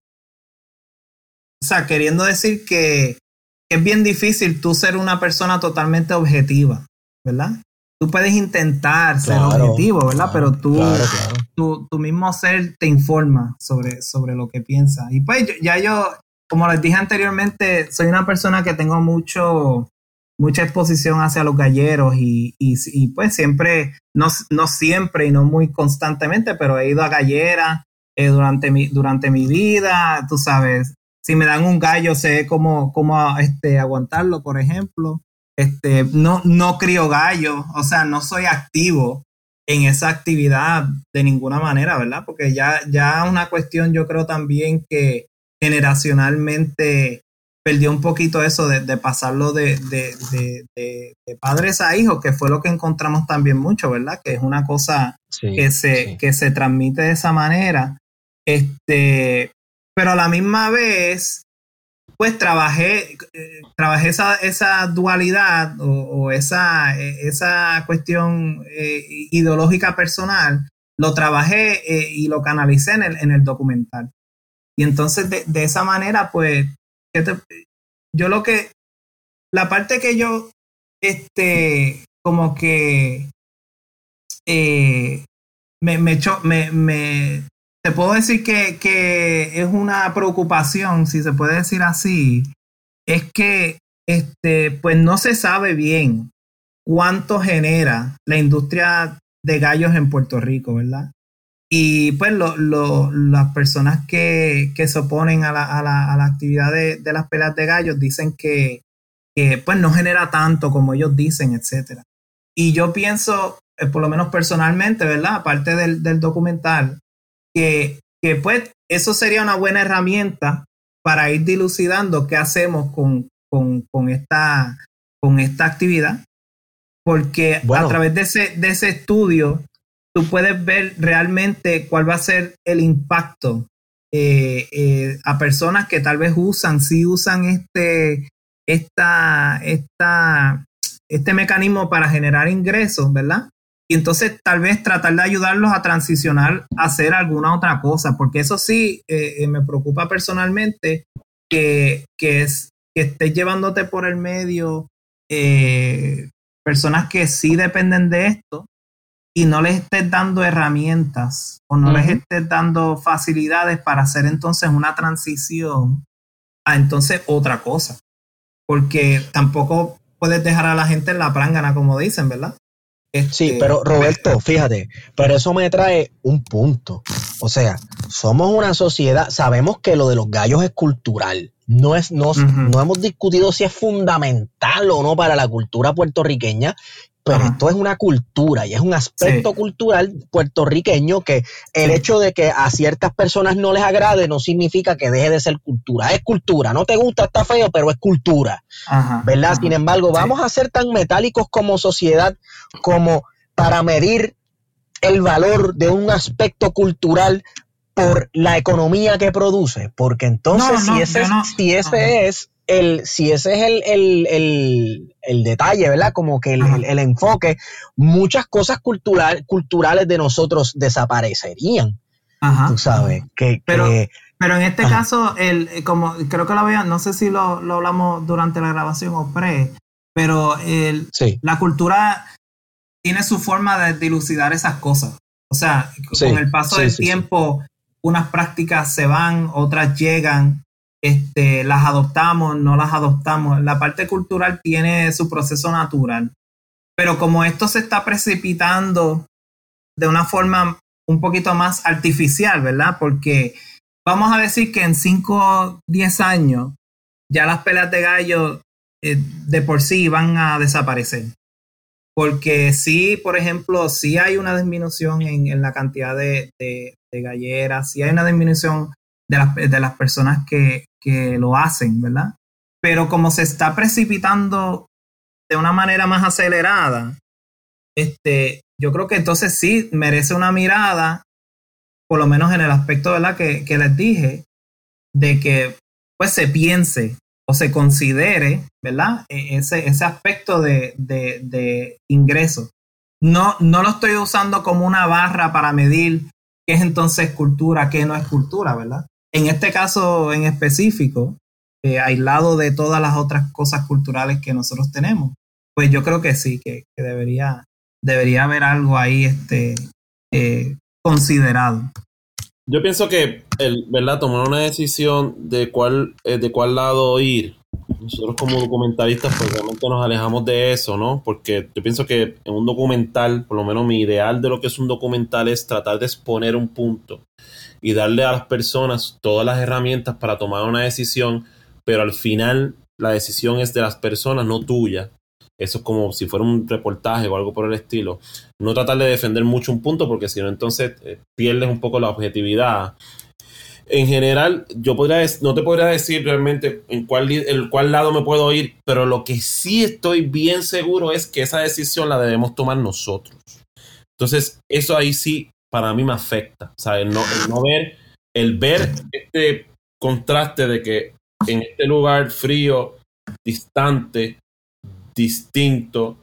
O sea, queriendo decir que, que es bien difícil tú ser una persona totalmente objetiva, ¿verdad? Tú puedes intentar ser Claro, objetivo, ¿verdad? claro, Pero tú, claro, claro. tú, tu mismo ser te informa sobre, sobre lo que piensas. Y pues yo, ya yo, como les dije anteriormente, soy una persona que tengo mucho, mucha exposición hacia los galleros y, y, y pues siempre, no, no siempre y no muy constantemente, pero he ido a galleras eh, durante, mi, durante mi vida, tú sabes. Si me dan un gallo, sé cómo, cómo este, aguantarlo, por ejemplo. Este, no, no crío gallo, o sea, no soy activo en esa actividad de ninguna manera, ¿verdad? Porque ya, ya una cuestión, yo creo también que generacionalmente perdió un poquito eso de, de pasarlo de, de, de, de, de padres a hijos, que fue lo que encontramos también mucho, ¿verdad? Que es una cosa Sí, que se, sí. que se transmite de esa manera. Este, pero a la misma vez, pues trabajé, eh, trabajé esa, esa dualidad o, o esa, eh, esa cuestión eh, ideológica personal, lo trabajé eh, y lo canalicé en el, en el documental. Y entonces de, de esa manera, pues, ¿qué te, yo lo que, la parte que yo, este, como que, eh, me, me, cho, me, me, te puedo decir que, que es una preocupación, si se puede decir así, es que, este, pues no se sabe bien cuánto genera la industria de gallos en Puerto Rico, ¿verdad? Y pues lo, lo, las personas que, que se oponen a la, a la, a la actividad de, de las peleas de gallos dicen que, que pues no genera tanto como ellos dicen, etcétera. Y yo pienso, eh, por lo menos personalmente, ¿verdad? Aparte del, del documental, que, que pues eso sería una buena herramienta para ir dilucidando qué hacemos con, con, con, esta, con esta actividad. Porque bueno, a través de ese, de ese estudio tú puedes ver realmente cuál va a ser el impacto eh, eh, a personas que tal vez usan, sí usan este, esta, esta, este mecanismo para generar ingresos, ¿verdad? Y entonces tal vez tratar de ayudarlos a transicionar a hacer alguna otra cosa, porque eso sí eh, me preocupa personalmente que, que, es, que estés llevándote por el medio eh, personas que sí dependen de esto y no les estés dando herramientas o no uh-huh. les estés dando facilidades para hacer entonces una transición a entonces otra cosa. Porque tampoco puedes dejar a la gente en la prángana, como dicen, ¿verdad? Este, sí, pero Roberto, fíjate, pero eso me trae un punto. O sea, somos una sociedad, sabemos que lo de los gallos es cultural. No, es, no, uh-huh. no hemos discutido si es fundamental o no para la cultura puertorriqueña, pero uh-huh. esto es una cultura y es un aspecto sí. cultural puertorriqueño que el sí. hecho de que a ciertas personas no les agrade no significa que deje de ser cultura. Es cultura, no te gusta, está feo, pero es cultura, uh-huh. ¿verdad? Uh-huh. Sin embargo, vamos sí. a ser tan metálicos como sociedad como para medir el valor de un aspecto cultural por la economía que produce, porque entonces no, no, si ese, no. si ese uh-huh. es el, si ese es el, el, el, el detalle, ¿verdad? Como que el, el, el enfoque, muchas cosas cultural, culturales de nosotros desaparecerían. Ajá. Tú sabes, que, pero, que pero en este ajá. caso, el, como creo que lo había, no sé si lo, lo hablamos durante la grabación o pre, pero el, sí. la cultura tiene su forma de dilucidar esas cosas. O sea, sí. con el paso sí, del sí, tiempo, sí. unas prácticas se van, otras llegan. este, las adoptamos, no las adoptamos. La parte cultural tiene su proceso natural, pero como esto se está precipitando de una forma un poquito más artificial, ¿verdad? Porque vamos a decir que en cinco o diez años ya las peleas de gallo eh, de por sí van a desaparecer. Porque sí, por ejemplo, sí hay una disminución en, en la cantidad de, de, de galleras, sí hay una disminución de las, de las personas que, que lo hacen, ¿verdad? Pero como se está precipitando de una manera más acelerada, este, yo creo que entonces sí merece una mirada, por lo menos en el aspecto, ¿verdad?, que, que les dije, de que pues se piense o se considere, ¿verdad?, ese, ese aspecto de, de, de ingreso. No, no lo estoy usando como una barra para medir qué es entonces cultura, qué no es cultura, ¿verdad? En este caso en específico, eh, aislado de todas las otras cosas culturales que nosotros tenemos, pues yo creo que sí, que, que debería, debería haber algo ahí este, eh, considerado. Yo pienso que el, ¿verdad?, tomar una decisión de cuál, eh, de cuál lado ir. Nosotros como documentalistas pues realmente nos alejamos de eso, ¿no? Porque yo pienso que en un documental, por lo menos mi ideal de lo que es un documental es tratar de exponer un punto y darle a las personas todas las herramientas para tomar una decisión, pero al final la decisión es de las personas, no tuya. Eso es como si fuera un reportaje o algo por el estilo. No tratar de defender mucho un punto porque si no entonces eh, pierdes un poco la objetividad. En general, yo podría no te podría decir realmente en cuál, en cuál lado me puedo ir, pero lo que sí estoy bien seguro es que esa decisión la debemos tomar nosotros. Entonces, eso ahí sí para mí me afecta, ¿sabes? No, el no ver, el ver este contraste de que en este lugar frío, distante, distinto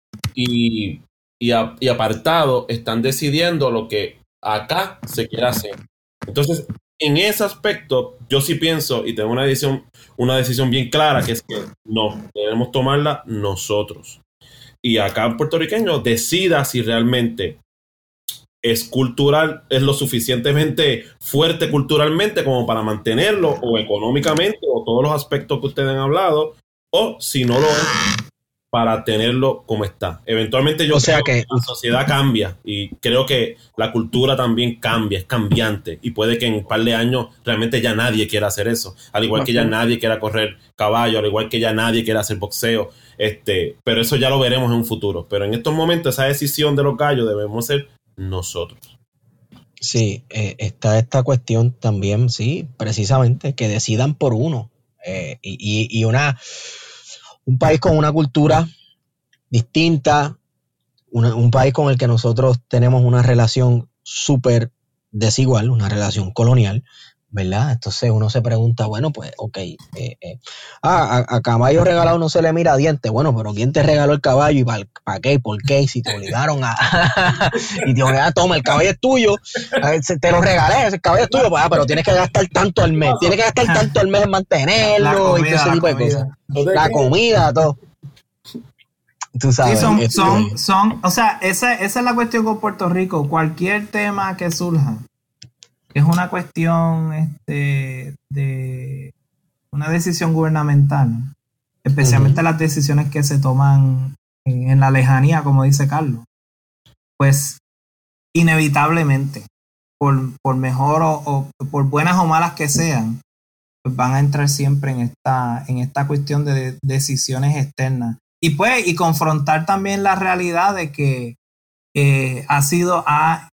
y, y, a, y apartado están decidiendo lo que acá se quiere hacer. Entonces, en ese aspecto, yo sí pienso y tengo una decisión, una decisión bien clara, que es que no, debemos tomarla nosotros. Y acá en puertorriqueño decida si realmente es cultural, es lo suficientemente fuerte culturalmente como para mantenerlo, o económicamente, o todos los aspectos que ustedes han hablado, o si no lo es, para tenerlo como está. Eventualmente yo o sea creo que que la sociedad cambia y creo que la cultura también cambia, es cambiante y puede que en un par de años realmente ya nadie quiera hacer eso, al igual que ya nadie quiera correr caballo, al igual que ya nadie quiera hacer boxeo, este, pero eso ya lo veremos en un futuro, pero en estos momentos esa decisión de los gallos debemos ser nosotros. Sí, eh, está esta cuestión también, sí, precisamente, que decidan por uno eh, y, y una un país con una cultura distinta, una, un país con el que nosotros tenemos una relación súper desigual, una relación colonial, ¿verdad? Entonces uno se pregunta, bueno, pues, ok, eh, eh, ah, a, a caballo regalado no se le mira diente. Bueno, pero ¿quién te regaló el caballo y para pa qué? ¿Por qué? Si te obligaron a y te obligaron, toma, el caballo es tuyo, te lo regalé, el caballo es tuyo, pues, ah, pero tienes que gastar tanto al mes, tienes que gastar tanto al mes en mantenerlo comida, y todo ese tipo de cosas. La comida, todo. Tú sabes, sí, son, este, son, son, o sea, esa, esa es la cuestión con Puerto Rico. Cualquier tema que surja, que es una cuestión este, de una decisión gubernamental, especialmente uh-huh. las decisiones que se toman en, en la lejanía, como dice Carlos, pues inevitablemente, por, por mejor o, o por buenas o malas que sean, pues van a entrar siempre en esta, en esta cuestión de decisiones externas. Y pues, y confrontar también la realidad de que eh, ha sido, ha,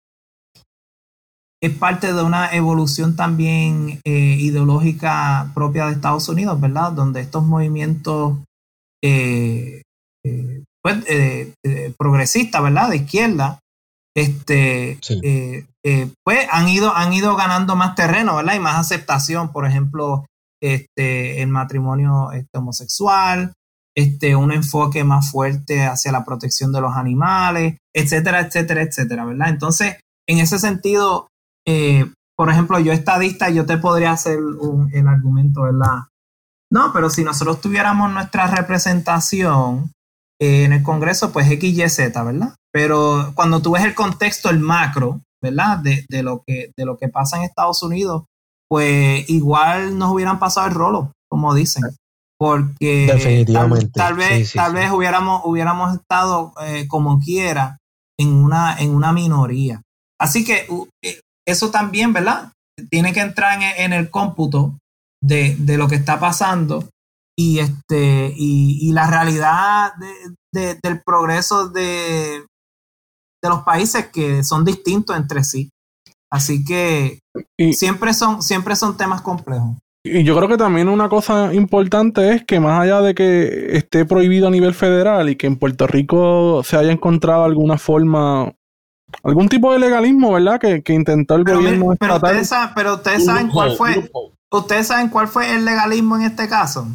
es parte de una evolución también eh, ideológica propia de Estados Unidos, ¿verdad? Donde estos movimientos eh, eh, pues, eh, eh, progresistas, ¿verdad? De izquierda, este, sí. eh, eh, pues han ido, han ido ganando más terreno, ¿verdad? Y más aceptación, por ejemplo, este, el matrimonio este, homosexual, Este, un enfoque más fuerte hacia la protección de los animales, etcétera, etcétera, etcétera, ¿verdad? Entonces, en ese sentido, eh, por ejemplo, yo estadista, yo te podría hacer un, el argumento, ¿verdad? No, pero si nosotros tuviéramos nuestra representación eh, en el Congreso, pues X, Y, Z, ¿verdad? Pero cuando tú ves el contexto, el macro, ¿verdad? De, de, lo que, de lo que pasa en Estados Unidos, pues igual nos hubieran pasado el rolo, como dicen. Porque definitivamente tal, tal vez, sí, sí, tal sí. vez hubiéramos, hubiéramos estado eh, como quiera en una, en una minoría. Así que uh, eso también, ¿verdad? Tiene que entrar en, en el cómputo de, de lo que está pasando y, este, y, y la realidad de, de, del progreso de, de los países que son distintos entre sí. Así que y, siempre, son, siempre son temas complejos. Y yo creo que también una cosa importante es que más allá de que esté prohibido a nivel federal y que en Puerto Rico se haya encontrado alguna forma, algún tipo de legalismo, ¿verdad? Que, que intentó el pero gobierno pero estatal. Ustedes saben, pero ustedes saben cuál fue, ustedes saben cuál fue el legalismo en este caso.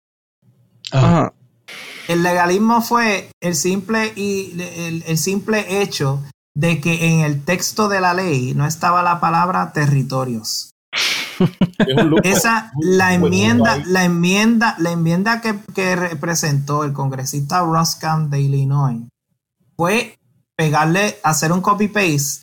Ajá. El legalismo fue el simple y el, el simple hecho de que en el texto de la ley no estaba la palabra territorios. Esa la enmienda, la enmienda, la enmienda que, que representó el congresista Ruscam de Illinois fue pegarle, hacer un copy paste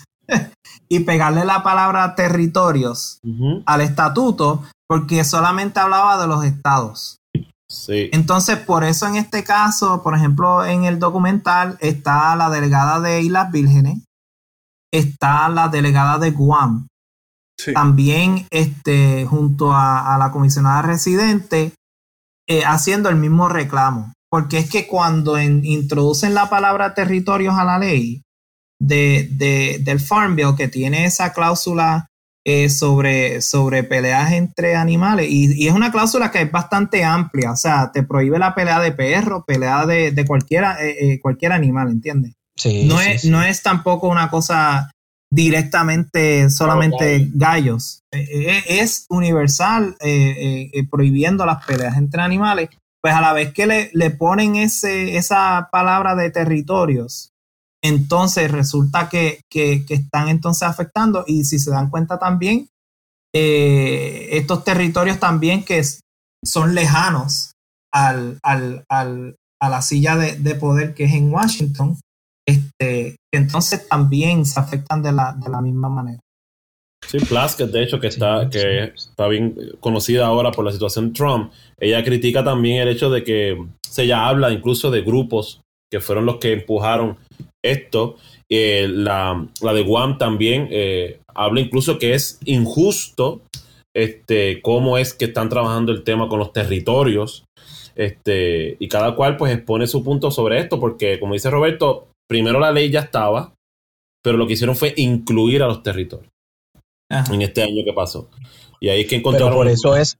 y pegarle la palabra territorios uh-huh. al estatuto, porque solamente hablaba de los estados. Sí. Entonces, por eso en este caso, por ejemplo, en el documental está la delegada de Islas Vírgenes, está la delegada de Guam. Sí. También este, junto a, a la comisionada residente eh, haciendo el mismo reclamo, porque es que cuando en, introducen la palabra territorios a la ley de, de, del Farm Bill, que tiene esa cláusula eh, sobre, sobre peleas entre animales, y, y es una cláusula que es bastante amplia, o sea, te prohíbe la pelea de perro, pelea de, de cualquiera, eh, eh, cualquier animal, ¿entiendes? Sí, no, sí, es, sí. no es tampoco una cosa directamente solamente oh, gallos, eh, es universal eh, eh, prohibiendo las peleas entre animales, pues a la vez que le, le ponen ese, esa palabra de territorios, entonces resulta que, que, que están entonces afectando, y si se dan cuenta también eh, estos territorios también que son lejanos al, al, al, a la silla de, de poder que es en Washington, Este, entonces también se afectan de la, de la misma manera. Sí, Plaskett, de hecho, que está, sí, que sí. está bien conocida ahora por la situación de Trump, ella critica también el hecho de que se ya habla incluso de grupos que fueron los que empujaron esto. Eh, la, la de Guam también eh, habla incluso que es injusto este, cómo es que están trabajando el tema con los territorios, este, y cada cual pues expone su punto sobre esto, porque como dice Roberto, primero la ley ya estaba, pero lo que hicieron fue incluir a los territorios. Ajá. En este año que pasó. Y ahí es que encontraron... Pero por eso es,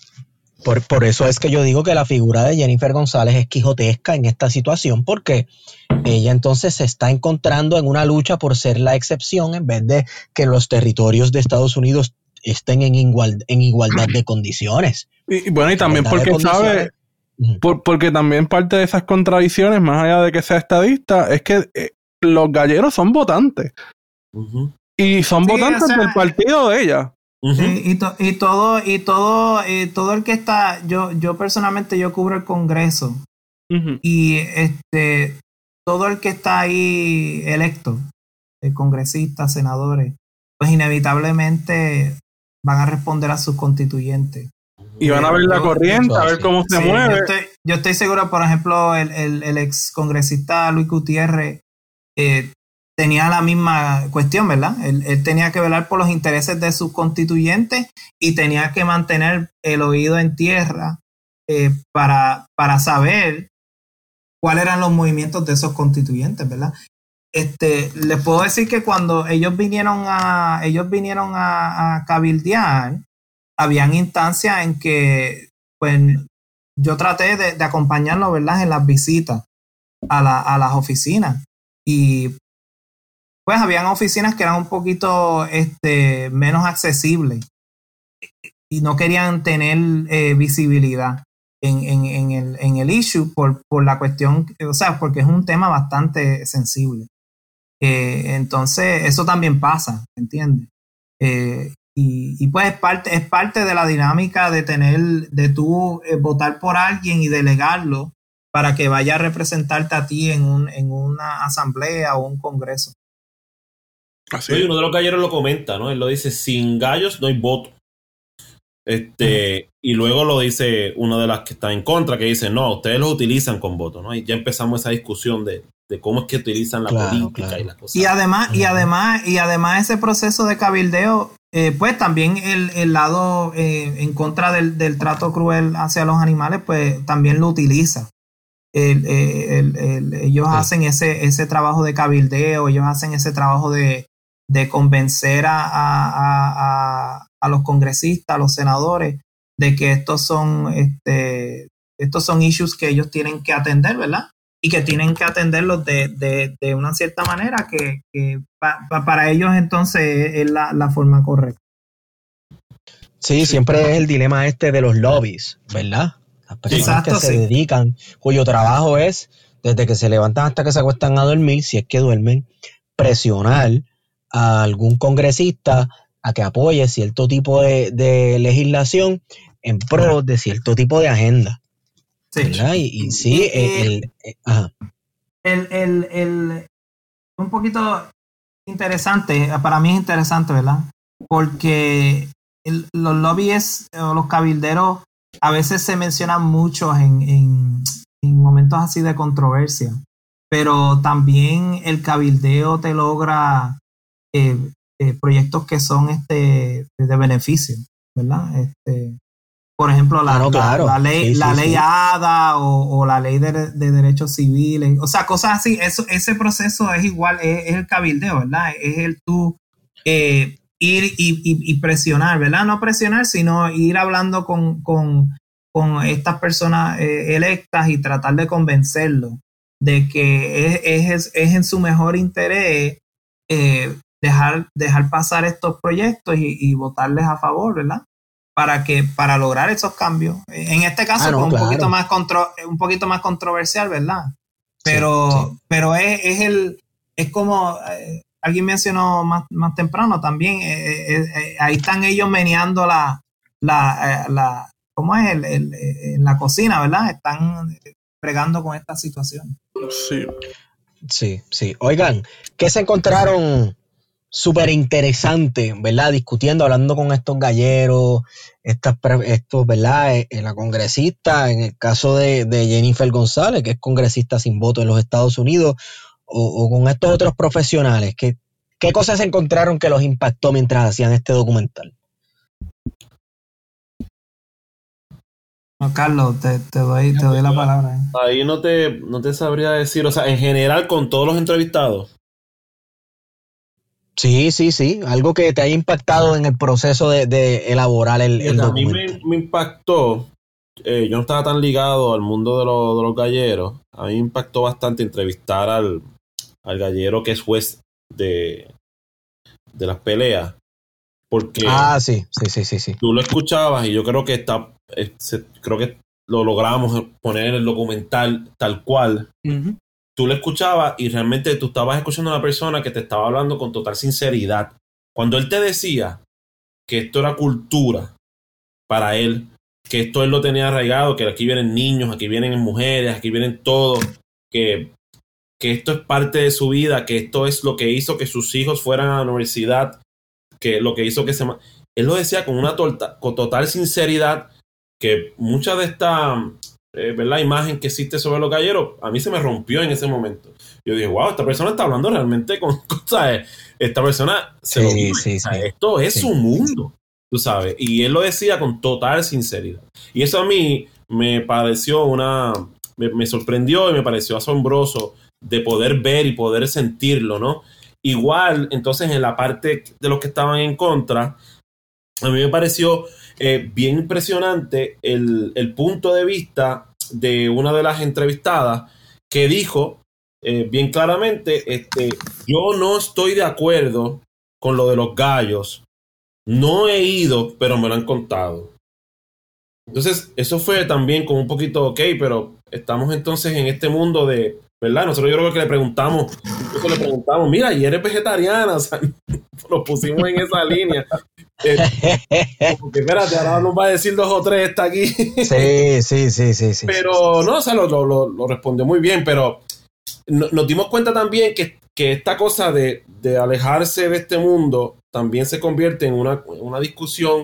por, por eso es que yo digo que la figura de Jennifer González es quijotesca en esta situación, porque ella entonces se está encontrando en una lucha por ser la excepción en vez de que los territorios de Estados Unidos estén en, igual, en igualdad de condiciones. Y, y bueno, y también porque sabe... Por, porque también parte de esas contradicciones, más allá de que sea estadista, es que eh, los galleros son votantes. Uh-huh. Y son sí, votantes o sea, del partido de ella. Uh-huh. Sí, y, to, y todo, y todo, y todo el que está, yo, yo personalmente yo cubro el Congreso. Uh-huh. Y este todo el que está ahí electo, el congresistas, senadores, pues inevitablemente van a responder a sus constituyentes. Y van a ver la corriente, a ver cómo se sí, mueve. Yo estoy, yo estoy seguro, por ejemplo, el, el, el ex congresista Luis Gutiérrez eh, tenía la misma cuestión, ¿verdad? Él, él tenía que velar por los intereses de sus constituyentes y tenía que mantener el oído en tierra eh, para, para saber cuáles eran los movimientos de esos constituyentes, ¿verdad? Este, les puedo decir que cuando ellos vinieron a, ellos vinieron a, a cabildear, habían instancias en que pues yo traté de, de acompañarlo, ¿verdad?, en las visitas a, la, a las oficinas, y pues habían oficinas que eran un poquito este, menos accesibles y no querían tener eh, visibilidad en, en, en, el, en el issue por, por la cuestión, o sea, porque es un tema bastante sensible. Eh, entonces eso también pasa, ¿entiendes? Eh, Y, y pues es parte, es parte de la dinámica de tener, de tú eh, votar por alguien y delegarlo para que vaya a representarte a ti en, un, en una asamblea o un congreso. Así. Oye, uno de los galleros lo comenta, ¿no? Él lo dice, sin gallos no hay voto. Este, uh-huh. Y luego lo dice una de las que está en contra, que dice, no, ustedes los utilizan con votos, ¿no? Y ya empezamos esa discusión de, de cómo es que utilizan la claro, política claro. y las cosas. Y además, uh-huh. y además, y además ese proceso de cabildeo, eh, pues también el, el lado eh, en contra del, del trato cruel hacia los animales, pues también lo utiliza. El, el, el, ellos sí. hacen ese, ese trabajo de cabildeo, ellos hacen ese trabajo de, de convencer a, a, a, a los congresistas, a los senadores, de que estos son, este, estos son issues que ellos tienen que atender, ¿verdad? Y que tienen que atenderlos de, de, de una cierta manera que, que pa, pa, para ellos entonces es la, la forma correcta. Sí, siempre es el dilema este de los lobbies, ¿verdad? Las personas Exacto, que se sí. dedican, cuyo trabajo es, desde que se levantan hasta que se acuestan a dormir, si es que duermen, presionar a algún congresista a que apoye cierto tipo de, de legislación en pro de cierto tipo de agenda. Sí. ¿Verdad? Y, y sí, eh, el, el, el, ajá. El, el, el, un poquito interesante, para mí es interesante, ¿verdad? Porque el, los lobbies o los cabilderos a veces se mencionan mucho en, en, en momentos así de controversia, pero también el cabildeo te logra eh, eh, proyectos que son este de beneficio, ¿verdad? Este, por ejemplo, la, claro, claro. la, la ley, sí, la sí, ley sí. ADA o, o la ley de, de derechos civiles, o sea, cosas así. Eso, ese proceso es igual, es, es el cabildeo, ¿verdad? Es el tú eh, ir y, y, y presionar, ¿verdad? No presionar, sino ir hablando con, con, con estas personas eh, electas y tratar de convencerlos de que es, es, es en su mejor interés eh, dejar, dejar pasar estos proyectos y, y votarles a favor, ¿verdad? Para que para lograr esos cambios. En este caso ah, no, un claro. poquito más contro, un poquito más controversial, ¿verdad? Pero sí, sí. pero es, es el es como eh, alguien mencionó más, más temprano también eh, eh, eh, ahí están ellos meneando la la, eh, la ¿cómo es? El, el, el, en la cocina, ¿verdad? Están fregando con esta situación. Sí. Sí, sí. Oigan, ¿qué se encontraron súper interesante, ¿verdad? Discutiendo, hablando con estos galleros, estas, estos, ¿verdad? Eh, la congresista, en el caso de, de Jennifer González, que es congresista sin voto en los Estados Unidos, o, o con estos otros profesionales, ¿qué, qué cosas se encontraron que los impactó mientras hacían este documental? No, Carlos, te, te doy, te doy la palabra. ¿eh? Ahí no te, no te sabría decir, o sea, en general con todos los entrevistados. Sí, sí, sí. Algo que te haya impactado en el proceso de, de elaborar el, el documento. A mí me, me impactó, eh, yo no estaba tan ligado al mundo de, lo, de los galleros. A mí me impactó bastante entrevistar al, al gallero que es juez de, de las peleas. Porque ah, sí, sí, sí, sí, sí. Tú lo escuchabas y yo creo que está, eh, se, creo que lo logramos poner en el documental tal cual. Uh-huh. Tú lo escuchabas y realmente tú estabas escuchando a una persona que te estaba hablando con total sinceridad. Cuando él te decía que esto era cultura para él, que esto él lo tenía arraigado, que aquí vienen niños, aquí vienen mujeres, aquí vienen todos, que, que esto es parte de su vida, que esto es lo que hizo que sus hijos fueran a la universidad, que lo que hizo que se... Él lo decía con una torta, con total sinceridad, que mucha de esta... Eh, ver la imagen que existe sobre los galleros, a mí se me rompió en ese momento. Yo dije, wow, esta persona está hablando realmente con cosas. Esta persona se sí, lo dijo, sí, sí. Esto es sí. su mundo, tú sabes. Y él lo decía con total sinceridad. Y eso a mí me pareció una. Me, me sorprendió y me pareció asombroso de poder ver y poder sentirlo, ¿no? Igual, entonces, en la parte de los que estaban en contra, a mí me pareció eh, bien impresionante el, el punto de vista de una de las entrevistadas que dijo eh, bien claramente, este, yo no estoy de acuerdo con lo de los gallos, no he ido, pero me lo han contado. Entonces, eso fue también como un poquito, ok, pero estamos entonces en este mundo de, ¿verdad? Nosotros yo creo que le preguntamos, incluso le preguntamos, mira, ¿y eres vegetariana? O sea, nos pusimos en esa línea. Eh, porque espérate, ahora nos va a decir dos o tres, está aquí. Sí, sí, sí, sí, sí. Pero no, o sea, lo, lo, lo respondió muy bien, pero no, nos dimos cuenta también que, que esta cosa de, de alejarse de este mundo también se convierte en una, una discusión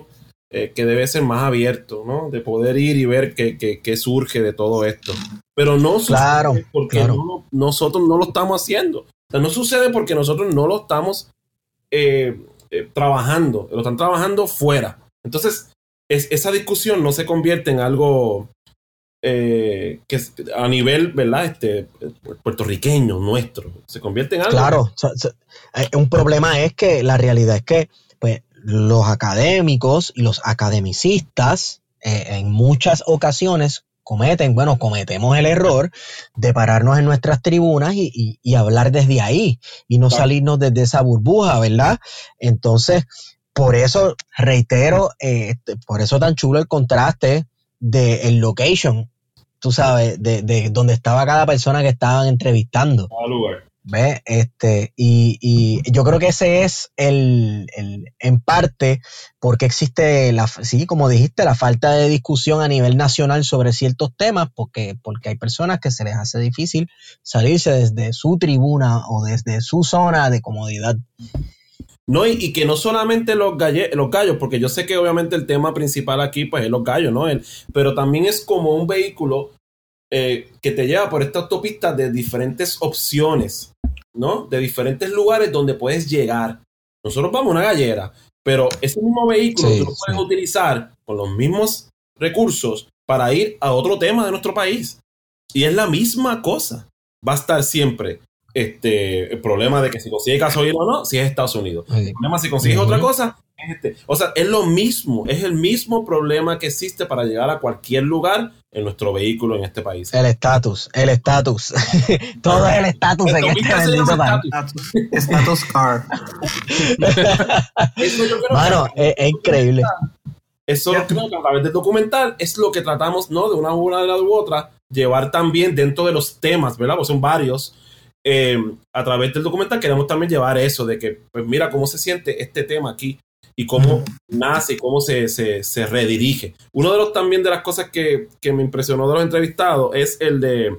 eh, que debe ser más abierto, ¿no? De poder ir y ver qué, qué, qué surge de todo esto. Pero no sucede claro, porque claro. no, nosotros no lo estamos haciendo. O sea, no sucede porque nosotros no lo estamos eh, eh, trabajando, lo están trabajando fuera. Entonces, es, esa discusión no se convierte en algo eh, que a nivel, ¿verdad? Este, puertorriqueño, nuestro. Se convierte en algo. Claro, so, so, eh, un problema es que la realidad es que pues, los académicos y los academicistas eh, en muchas ocasiones cometen, bueno, cometemos el error de pararnos en nuestras tribunas y, y, y hablar desde ahí y no Claro. salirnos desde esa burbuja, ¿verdad? Entonces, por eso, reitero, eh, por eso tan chulo el contraste del location, tú sabes, de, de donde estaba cada persona que estaban entrevistando. Cada lugar. ¿Ves? Este, y, y yo creo que ese es el, el, en parte, porque existe, la, sí, como dijiste, la falta de discusión a nivel nacional sobre ciertos temas, porque, porque hay personas que se les hace difícil salirse desde su tribuna o desde su zona de comodidad. No, y, y que no solamente los, galle, los gallos, porque yo sé que obviamente el tema principal aquí pues es los gallos, ¿no? El, pero también es como un vehículo eh, que te lleva por esta autopista de diferentes opciones, ¿no? De diferentes lugares donde puedes llegar. Nosotros vamos a una gallera, pero ese mismo vehículo Sí, tú lo puedes sí. utilizar con los mismos recursos para ir a otro tema de nuestro país. Y es la misma cosa. Va a estar siempre este, el problema de que si consigue gasolina o no, si es Estados Unidos. Sí. El problema si consigues Ujú. otra cosa, es este. O sea, es lo mismo, es el mismo problema que existe para llegar a cualquier lugar en nuestro vehículo en este país. El estatus, el estatus. Todo es el estatus en Esto este mismo se bendito llama país. estatus. Status car. Eso yo creo Mano, que- es, es increíble. Eso lo creo que a través del documental es lo que tratamos, ¿no? De una manera u otra, llevar también dentro de los temas, ¿verdad? Pues son varios. Eh, a través del documental queremos también llevar eso de que, pues mira cómo se siente este tema aquí y cómo nace y cómo se, se, se redirige. Uno de los también de las cosas que, que me impresionó de los entrevistados es el de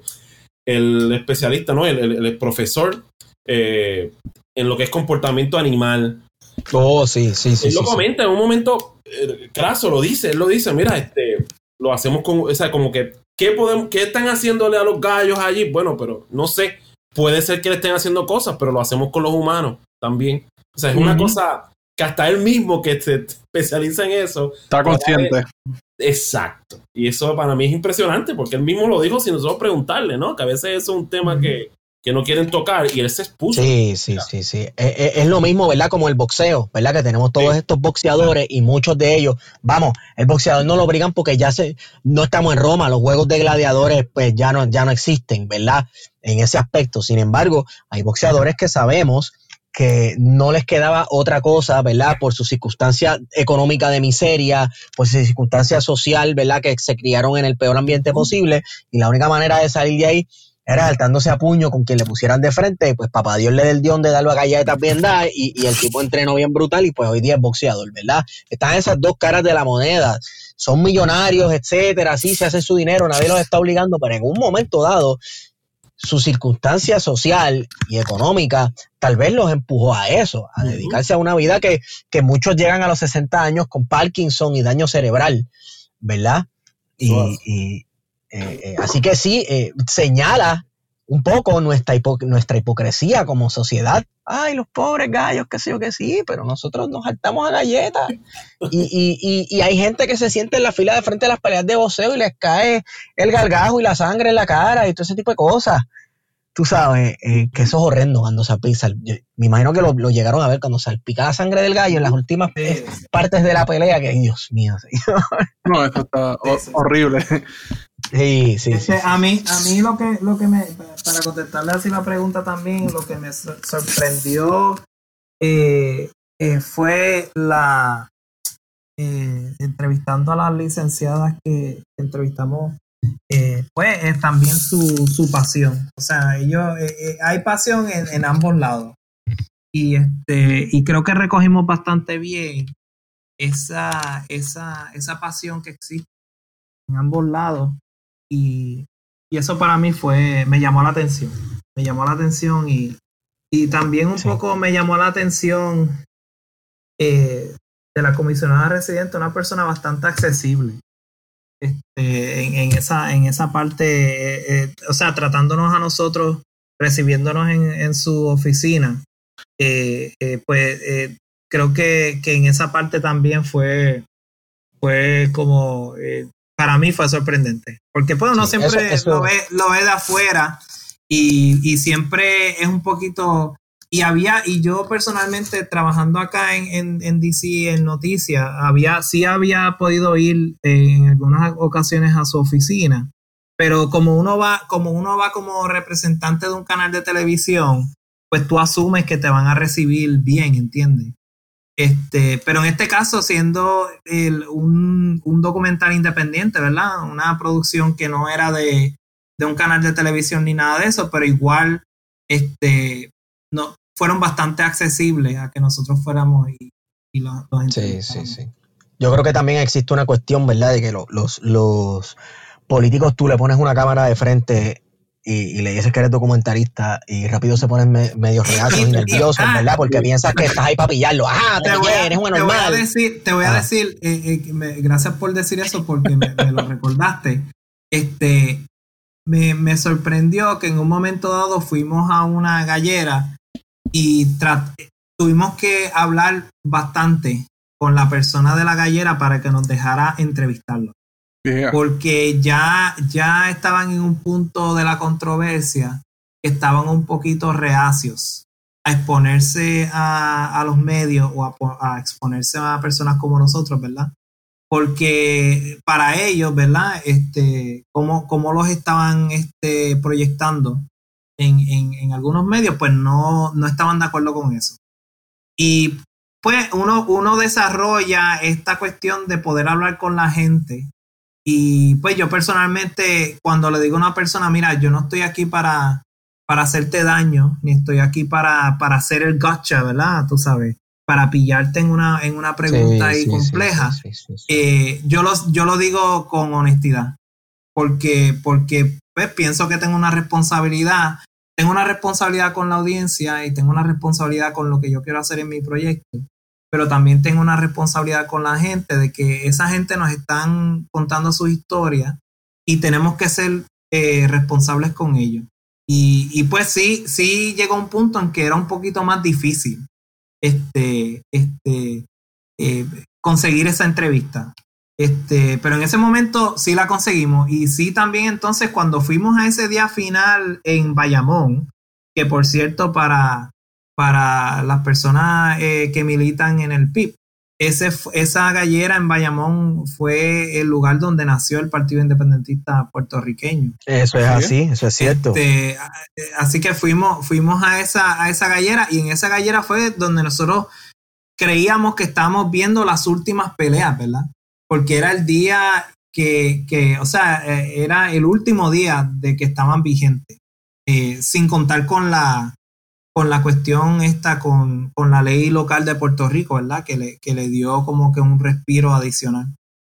el especialista, ¿no? El, el, el profesor eh, en lo que es comportamiento animal. Oh, sí, sí, sí. Él lo sí, sí. comenta en un momento, eh, Craso lo dice, él lo dice, mira, este, lo hacemos con, o sea, como que, ¿qué podemos, qué están haciéndole a los gallos allí? Bueno, pero no sé, puede ser que le estén haciendo cosas, pero lo hacemos con los humanos también. O sea, es una Ujú. cosa que hasta él mismo que se especializa en eso. Está consciente. Exacto. Y eso para mí es impresionante, porque él mismo lo dijo sin nosotros preguntarle, ¿no? Que a veces eso es un tema que, que no quieren tocar y él se expuso. Sí, sí, sí, sí. Es, es- es lo mismo, ¿verdad? Como el boxeo, ¿verdad? Que tenemos todos Sí. estos boxeadores y muchos de ellos, vamos, el boxeador no lo obligan porque ya se, no estamos en Roma, los juegos de gladiadores pues ya no, ya no existen, ¿verdad? En ese aspecto. Sin embargo, hay boxeadores que sabemos que no les quedaba otra cosa, ¿verdad? Por su circunstancia económica de miseria, por su circunstancia social, ¿verdad? Que se criaron en el peor ambiente posible y la única manera de salir de ahí era saltándose a puño con quien le pusieran de frente, pues papá Dios le dé el dión de darlo a galletas bien dadas y, y el tipo entrenó bien brutal y pues hoy día es boxeador, ¿verdad? Están esas dos caras de la moneda, son millonarios, etcétera, sí se hacen su dinero, nadie los está obligando, pero en un momento dado su circunstancia social y económica tal vez los empujó a eso, a Ujú. dedicarse a una vida que, que muchos llegan a los sesenta años con Parkinson y daño cerebral, ¿verdad? Y, Suave. y, eh, eh, así que sí, eh, señala un poco nuestra, hipo- nuestra hipocresía como sociedad. Ay, los pobres gallos, que sé yo que sí, pero nosotros nos saltamos a galletas. Y, y, y, y hay gente que se siente en la fila de frente a las peleas de boxeo y les cae el gargajo y la sangre en la cara y todo ese tipo de cosas. Tú sabes, eh, que eso es horrendo cuando salpica. Me imagino que lo, lo llegaron a ver cuando salpica la sangre del gallo en las últimas eh, partes de la pelea, que Dios mío. Señor. No, eso está ho- Sí, sí. horrible. Sí, sí, sí. Este, sí. a mí, a mí lo que, lo que me, para contestarle así la pregunta también, lo que me sor- sorprendió eh, eh, fue la eh, entrevistando a las licenciadas que entrevistamos, eh, pues es también su, su pasión. O sea, ellos eh, eh, hay pasión en, en ambos lados. Y este, y creo que recogimos bastante bien esa, esa, esa pasión que existe en ambos lados. Y, y eso para mí fue, me llamó la atención, me llamó la atención y, y también un Sí. poco me llamó la atención eh, de la comisionada residente, una persona bastante accesible. Este, en, en, esa, en esa parte, eh, eh, o sea, tratándonos a nosotros, recibiéndonos en, en su oficina, eh, eh, pues eh, creo que, que en esa parte también fue, fue como, eh, para mí fue sorprendente, porque pues uno sí, siempre eso, eso... Lo, ve, lo ve de afuera y, y siempre es un poquito... Y había, y yo personalmente trabajando acá en, en, en D C en noticias, había, sí había podido ir eh, en algunas ocasiones a su oficina, pero como uno va, como uno va como representante de un canal de televisión, pues tú asumes que te van a recibir bien, ¿entiendes? Este, pero en este caso, siendo el, un, un documental independiente, ¿verdad? Una producción que no era de, de un canal de televisión ni nada de eso, pero igual, este, no, fueron bastante accesibles a que nosotros fuéramos y, y los, los sí, sí, sí. Yo creo que también existe una cuestión, ¿verdad? De que lo, los, los políticos tú le pones una cámara de frente y, y le dices que eres documentalista y rápido se ponen me, medio reacios y nerviosos, ah, ¿verdad? Porque piensas que estás ahí para pillarlo. ¡Ah, te, te voy a, eres un anormal! Te voy a decir, te voy a ah. decir eh, eh, me, gracias por decir eso porque me, me lo recordaste. Este... Me, me sorprendió que en un momento dado fuimos a una gallera y tra- tuvimos que hablar bastante con la persona de la gallera para que nos dejara entrevistarlo. Yeah. Porque ya, ya estaban en un punto de la controversia que estaban un poquito reacios a exponerse a, a los medios o a, a exponerse a personas como nosotros, ¿verdad? Porque para ellos, ¿verdad? Este, cómo, cómo los estaban este, proyectando en, en, en algunos medios, pues no, no estaban de acuerdo con eso. Y pues uno, uno desarrolla esta cuestión de poder hablar con la gente. Y pues yo personalmente, cuando le digo a una persona, mira, yo no estoy aquí para, para hacerte daño, ni estoy aquí para, para hacer el gotcha, ¿verdad? Tú sabes. Para pillarte en una, en una pregunta sí, ahí sí, compleja, sí, sí, sí, sí, sí. Eh, yo, lo, yo lo digo con honestidad, porque, porque pues, pienso que tengo una responsabilidad, tengo una responsabilidad con la audiencia y tengo una responsabilidad con lo que yo quiero hacer en mi proyecto, pero también tengo una responsabilidad con la gente de que esa gente nos están contando sus historias y tenemos que ser eh, responsables con ellos. Y, y pues sí, sí llegó un punto en que era un poquito más difícil este, este, eh, conseguir esa entrevista. Este, pero en ese momento sí la conseguimos. Y sí también entonces cuando fuimos a ese día final en Bayamón, que por cierto para, para las personas eh, que militan en el P I B, ese, esa gallera en Bayamón fue el lugar donde nació el Partido Independentista puertorriqueño. Eso es así, eso es cierto. Este, así que fuimos, fuimos a esa, a esa gallera y en esa gallera fue donde nosotros creíamos que estábamos viendo las últimas peleas, ¿verdad? Porque era el día que, que o sea, era el último día de que estaban vigentes, eh, sin contar con la con la cuestión esta, con, con la ley local de Puerto Rico, ¿verdad? Que le, que le dio como que un respiro adicional.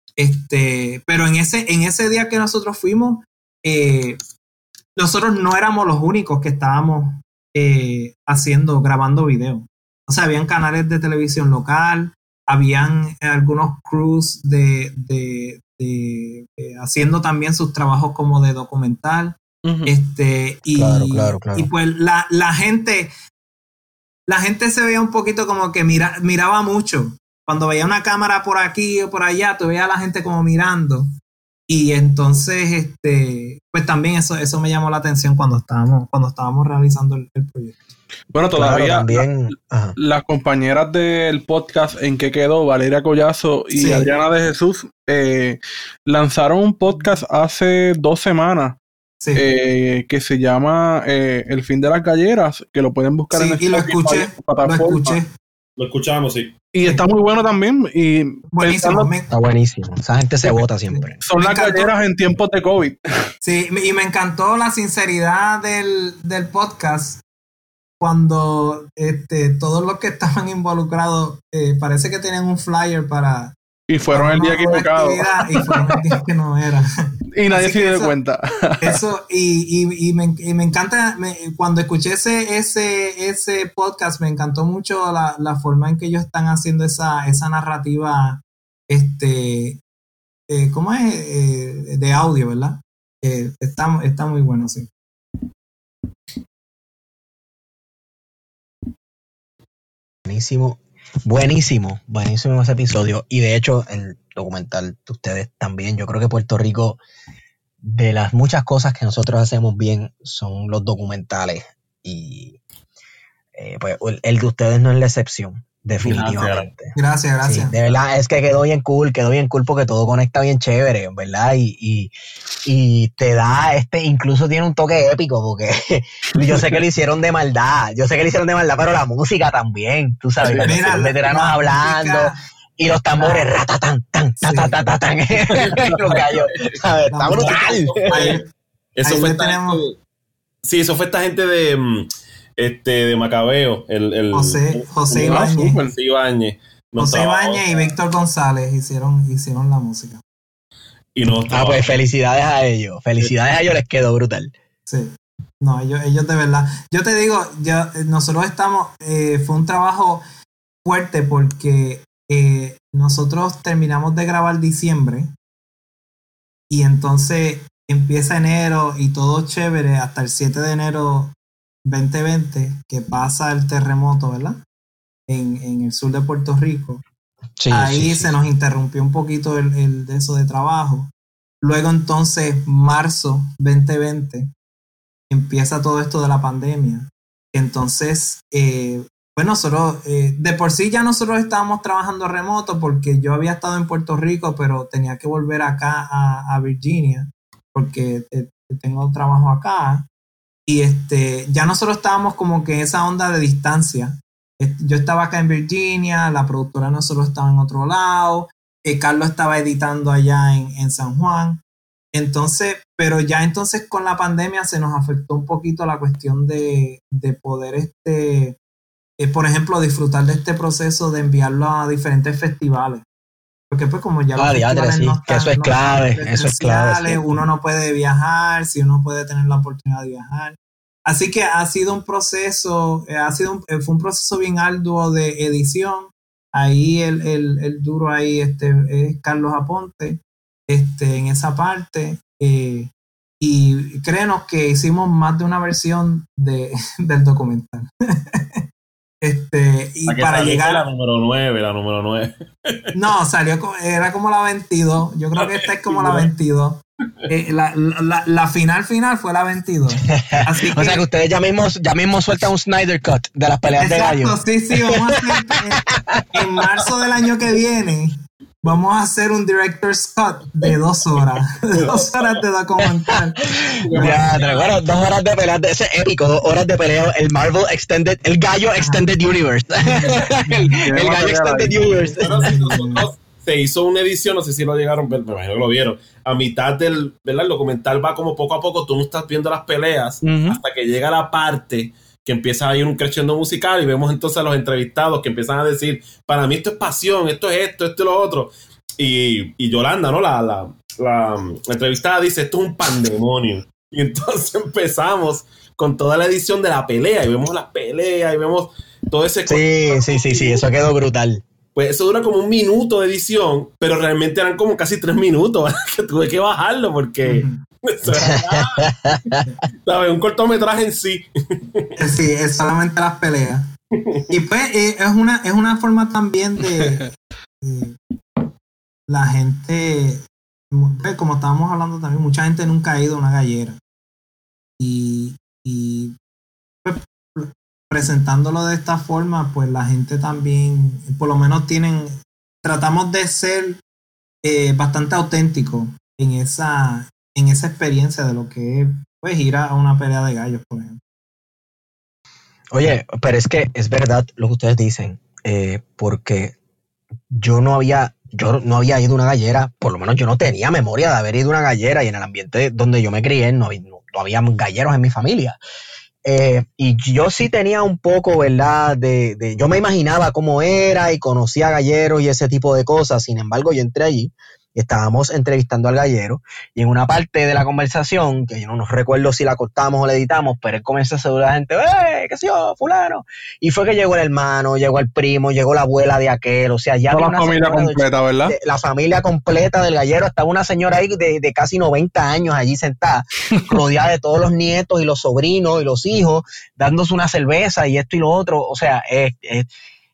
Este, pero en ese, en ese día que nosotros fuimos, eh, nosotros no éramos los únicos que estábamos eh, haciendo, grabando video. O sea, habían canales de televisión local, habían algunos crews de, de, de, de haciendo también sus trabajos como de documental. Uh-huh. Este, y, claro, claro, claro. y pues la, la gente la gente se veía un poquito como que mira, miraba mucho. Cuando veía una cámara por aquí o por allá, tú veías a la gente como mirando. Y entonces, este, pues también eso, eso me llamó la atención cuando estábamos, cuando estábamos realizando el, el proyecto. Bueno, todavía claro, también, la, las compañeras del podcast En Qué Quedó, Valeria Collazo y sí. Adriana de Jesús, eh, lanzaron un podcast hace dos semanas. Sí. Eh, que se llama eh, El Fin de las Galleras, que lo pueden buscar sí, en y lo escuché, lo escuché. Lo escuchamos, sí. Y está muy bueno también. Y buenísimo. Me, está buenísimo. Esa gente se vota siempre. Son las galleras en tiempos de COVID. Sí, y me encantó la sinceridad del, del podcast cuando este, todos los que estaban involucrados eh, parece que tenían un flyer para... Y fueron el día equivocado. Y fueron el día que no era. Y nadie se dio cuenta. Eso, y, y, y, me, y me encanta, me, cuando escuché ese, ese, ese podcast, me encantó mucho la, la forma en que ellos están haciendo esa, esa narrativa, este, eh, ¿cómo es? Eh, de audio, ¿verdad? Eh, está, está muy bueno, sí. Buenísimo, buenísimo, buenísimo ese episodio. Y de hecho, el documental de ustedes también. Yo creo que Puerto Rico, de las muchas cosas que nosotros hacemos bien, son los documentales. Y eh, pues el, el de ustedes no es la excepción, definitivamente. Gracias, gracias. Sí, de verdad, es que quedó bien cool, quedó bien cool porque todo conecta bien chévere, ¿verdad? Y, y, y te da, este, incluso tiene un toque épico porque yo sé que lo hicieron de maldad, yo sé que lo hicieron de maldad, pero la música también, tú sabes, los Mira, veteranos la hablando música, y los tambores, ratatán, tan, Sí. tatatatan, los gallos, ¿sabes? Está brutal. Ahí, Eso ahí fue le esta tenemos gente, sí, eso fue esta gente de mm, este de Macabeo, el, el José, José el- Ibáñez. José Ibáñez. Nos José trabajó, Ibáñez y Víctor González hicieron, hicieron la música. y nos Ah, trabajó. pues felicidades a ellos, felicidades a ellos, les quedó brutal. Sí. No, ellos, ellos de verdad. Yo te digo, ya, eh, nosotros estamos, eh, fue un trabajo fuerte porque eh, nosotros terminamos de grabar diciembre y entonces empieza enero y todo chévere hasta el siete de enero veinte veinte, que pasa el terremoto, ¿verdad? En, en el sur de Puerto Rico. Sí, Ahí sí, sí. se nos interrumpió un poquito el, el de eso de trabajo. Luego entonces, marzo veinte veinte, empieza todo esto de la pandemia. Entonces, eh, pues nosotros, eh, de por sí ya nosotros estábamos trabajando remoto porque yo había estado en Puerto Rico, pero tenía que volver acá a, a Virginia porque eh, tengo trabajo acá. Y este, ya nosotros estábamos como que en esa onda de distancia. Yo estaba acá en Virginia, la productora de nosotros estaba en otro lado, eh, Carlos estaba editando allá en, en San Juan. Entonces, pero ya entonces con la pandemia se nos afectó un poquito la cuestión de, de poder, este, eh, por ejemplo, disfrutar de este proceso de enviarlo a diferentes festivales. Porque pues como ya Ah, los diadre, festivales sí, no que están, eso es no clave, están eso es clave, presenciales, cierto. uno no puede viajar, si uno puede tener la oportunidad de viajar. Así que ha sido un proceso, eh, ha sido un, eh, fue un proceso bien arduo de edición. Ahí el, el, el duro ahí este, es Carlos Aponte, este, en esa parte. Eh, y créenos que hicimos más de una versión de, del documental. este, y La que para salió llegar... fue la número nueve, la número nueve. No, salió, co- era como la veintidós. Yo creo que esta es como la veintidós. Eh, la, la, la final final fue la veintidós. Así O sea que ustedes ya mismo, ya mismo sueltan un Snyder Cut de las peleas de exacto, gallos. sí, sí, vamos a hacer en, en marzo del año que viene. Vamos a hacer un director's cut de dos horas. Dos horas de documental. Ya, bueno, dos horas de pelea, de ese épico, dos horas de pelea, el Marvel Extended, el Gallo Extended Universe. el, el Gallo Extended Universe. Pero si nosotros se hizo una edición, no sé si lo llegaron, me imagino que lo vieron. A mitad del, ¿verdad? El documental va como poco a poco, tú no estás viendo las peleas Ujú. hasta que llega la parte que empieza a ir un crescendo musical y vemos entonces a los entrevistados que empiezan a decir, para mí esto es pasión, esto es esto, esto es lo otro. Y, y Yolanda, ¿no? La, la, la, la entrevistada dice, esto es un pandemonio. Y entonces empezamos con toda la edición de la pelea y vemos las peleas y vemos todo ese... Sí, sí, sí, sí, eso quedó brutal. Pues eso dura como un minuto de edición, pero realmente eran como casi tres minutos, ¿verdad? Que tuve que bajarlo porque eso era, ¿sabes? Un cortometraje en sí. Sí, es solamente las peleas. Y pues eh, es una, es una forma también de eh, la gente, pues, como estábamos hablando también, mucha gente nunca ha ido a una gallera. Y, y pues, presentándolo de esta forma, pues la gente también, por lo menos tienen, tratamos de ser eh, bastante auténticos en esa, en esa experiencia de lo que es pues, ir a una pelea de gallos, por ejemplo. Oye, pero es que es verdad lo que ustedes dicen, eh, porque yo no había, yo no había ido a una gallera, por lo menos yo no tenía memoria de haber ido a una gallera y en el ambiente donde yo me crié no, no, no había galleros en mi familia. Eh, y yo sí tenía un poco, ¿verdad? De, de, yo me imaginaba cómo era y conocía galleros y ese tipo de cosas. Sin embargo, yo entré allí y estábamos entrevistando al gallero, y en una parte de la conversación, que yo no, no recuerdo si la cortamos o la editamos, pero él comienza a saludar a la gente, ¡eh, qué sé yo, fulano! Y fue que llegó el hermano, llegó el primo, llegó la abuela de aquel, o sea, ya Toda había la una familia completa, de, ¿verdad? de, la familia completa del gallero, estaba una señora ahí de, de casi noventa años allí sentada, rodeada de todos los nietos y los sobrinos y los hijos, dándose una cerveza y esto y lo otro, o sea, es... es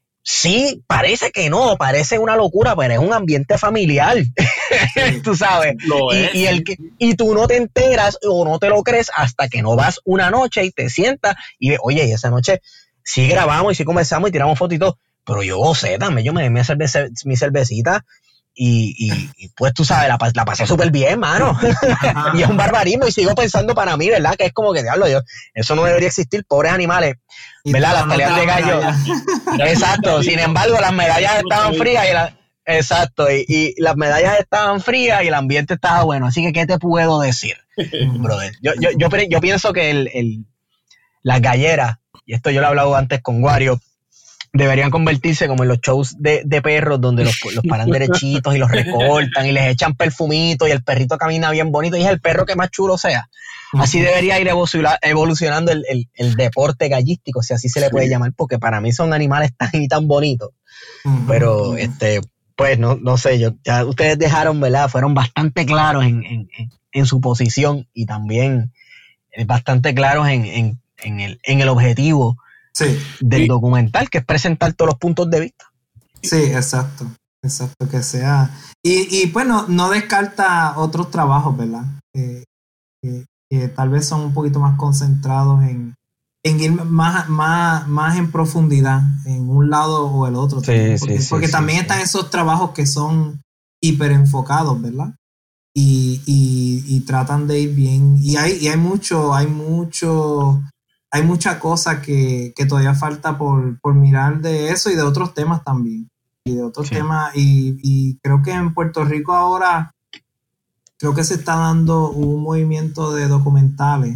sí, parece que no, parece una locura, pero es un ambiente familiar, sí, tú sabes, lo y, es, y, el que, y tú no te enteras o no te lo crees hasta que no vas una noche y te sientas y ves, oye, y esa noche sí grabamos y sí conversamos y tiramos fotos y todo, pero yo gocé también, yo me di mi, cerveza, mi cervecita y, y, y pues tú sabes, la, la pasé súper bien, mano, y es un barbarismo y sigo pensando para mí, ¿verdad? Que es como que, diablo, yo, eso no debería existir, pobres animales. ¿Verdad? Las peleas de gallo. Exacto. Sin embargo, las medallas estaban frías y la, exacto. Y, y las medallas estaban frías y el ambiente estaba bueno. Así que, ¿qué te puedo decir, brother? Yo, yo, yo, yo pienso que el, el, las galleras, y esto yo lo he hablado antes con Wario, deberían convertirse como en los shows de, de perros donde los, los paran derechitos y los recortan y les echan perfumito y el perrito camina bien bonito y es el perro que más chulo sea. Así debería ir evolucionando el, el, el deporte gallístico, si así se le puede llamar, porque para mí son animales tan y tan bonitos. Uh-huh, Pero, uh-huh. este, pues, no, no sé, yo, ya ustedes dejaron, ¿verdad? Fueron bastante claros en, en, en, en su posición y también bastante claros en, en, en, el, en el objetivo sí. del sí. documental, que es presentar todos los puntos de vista. Sí, exacto, exacto, que sea. Y, y bueno, no descarta otros trabajos, ¿verdad? Eh, eh, que tal vez son un poquito más concentrados en, en ir más, más, más en profundidad en un lado o el otro. Sí, también, porque sí, porque sí, también sí, están sí. esos trabajos que son hiper enfocados, ¿verdad? Y, y, y tratan de ir bien. Y hay, y hay mucho, hay mucho, hay mucha cosa que, que todavía falta por, por mirar de eso y de otros temas también. Y de otros sí. temas. Y, y creo que en Puerto Rico ahora creo que se está dando un movimiento de documentales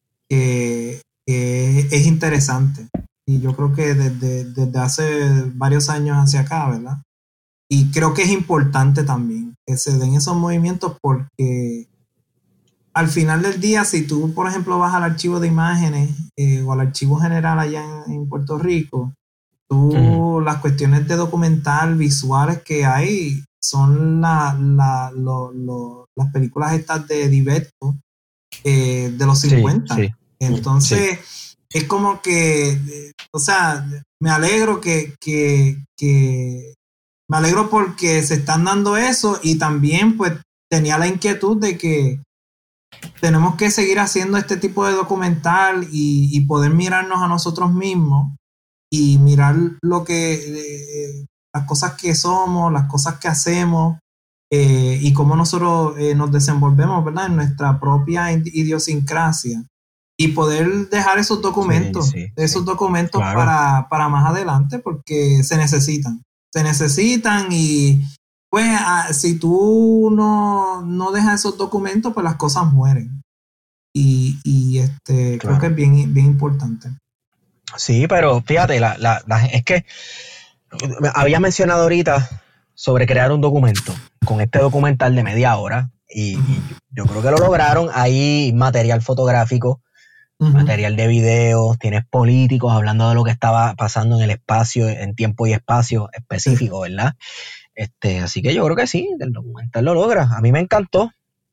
que, que es, es interesante. Y yo creo que desde, desde hace varios años hacia acá, ¿verdad? Y creo que es importante también que se den esos movimientos porque al final del día, si tú, por ejemplo, vas al archivo de imágenes eh, o al archivo general allá en, en Puerto Rico, tú, uh-huh. las cuestiones de documental, visuales que hay, son la, la, lo, lo, las películas estas de Diverto eh, de los cincuenta. Sí, sí. Entonces, sí. es como que, eh, o sea, me alegro que, que, que, me alegro porque se están dando eso y también pues tenía la inquietud de que tenemos que seguir haciendo este tipo de documental y, y poder mirarnos a nosotros mismos y mirar lo que eh, las cosas que somos, las cosas que hacemos eh, y cómo nosotros eh, nos desenvolvemos, ¿verdad? En nuestra propia idiosincrasia y poder dejar esos documentos, sí, sí, esos sí. documentos claro. para, para más adelante porque se necesitan, se necesitan y pues a, si tú no, no dejas esos documentos pues las cosas mueren y, y este claro. creo que es bien, bien importante. Sí, pero fíjate, la, la, la, es que había mencionado ahorita sobre crear un documento con este documental de media hora y, uh-huh. y yo creo que lo lograron. Hay material fotográfico, uh-huh. material de video, tienes políticos hablando de lo que estaba pasando en el espacio, en tiempo y espacio específico, sí. ¿verdad? Este, así que yo creo que sí, el documental lo logra. A mí me encantó.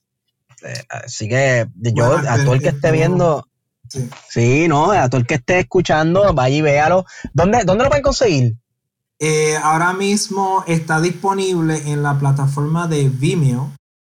Eh, así que yo, bueno, a todo el que esté viendo... Sí. sí, no, a todo el que esté escuchando, vaya y véalo. ¿Dónde, dónde lo pueden conseguir? Eh, ahora mismo está disponible en la plataforma de Vimeo.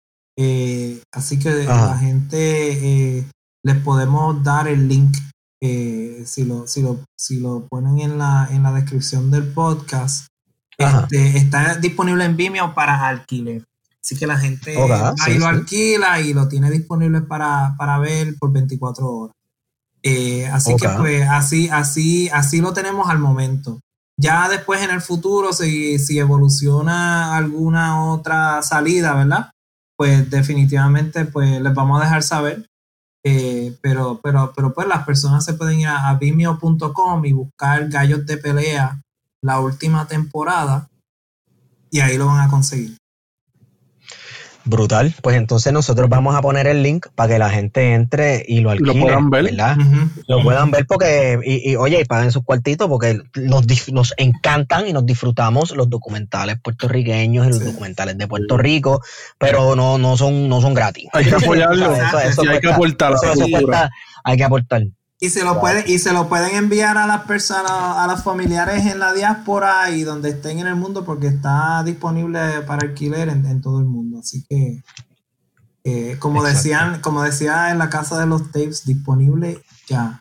Eh, así que Ajá. la gente eh, les podemos dar el link eh, si lo, si lo, si lo ponen en la, en la descripción del podcast. Este, está disponible en Vimeo para alquiler. Así que la gente okay, va sí, y lo sí. alquila y lo tiene disponible para, para ver por veinticuatro horas. Eh, así okay. que pues así, así, así lo tenemos al momento. Ya después en el futuro, si, si evoluciona alguna otra salida, ¿verdad? Pues definitivamente pues les vamos a dejar saber. Eh, pero, pero, pero pues las personas se pueden ir a, a vimeo punto com y buscar Gallos de Pelea, la última temporada, y ahí lo van a conseguir. Brutal. Pues entonces nosotros vamos a poner el link para que la gente entre y lo alquile, lo puedan ver, ¿verdad? Uh-huh. Lo puedan ver porque, y, y oye, y paguen sus cuartitos porque nos, nos encantan y nos disfrutamos los documentales puertorriqueños y los sí. documentales de Puerto Rico, pero no, no son, no son gratis. Hay que apoyarlo. Eso, eso sí, hay que aportar. Eso, eso cuesta, hay que aportar. Y se lo pueden, y se lo pueden enviar a las personas, a los familiares en la diáspora y donde estén en el mundo, porque está disponible para alquiler en, en todo el mundo. Así que eh, como Exacto. decían, como decía en la casa de los tapes, disponible ya.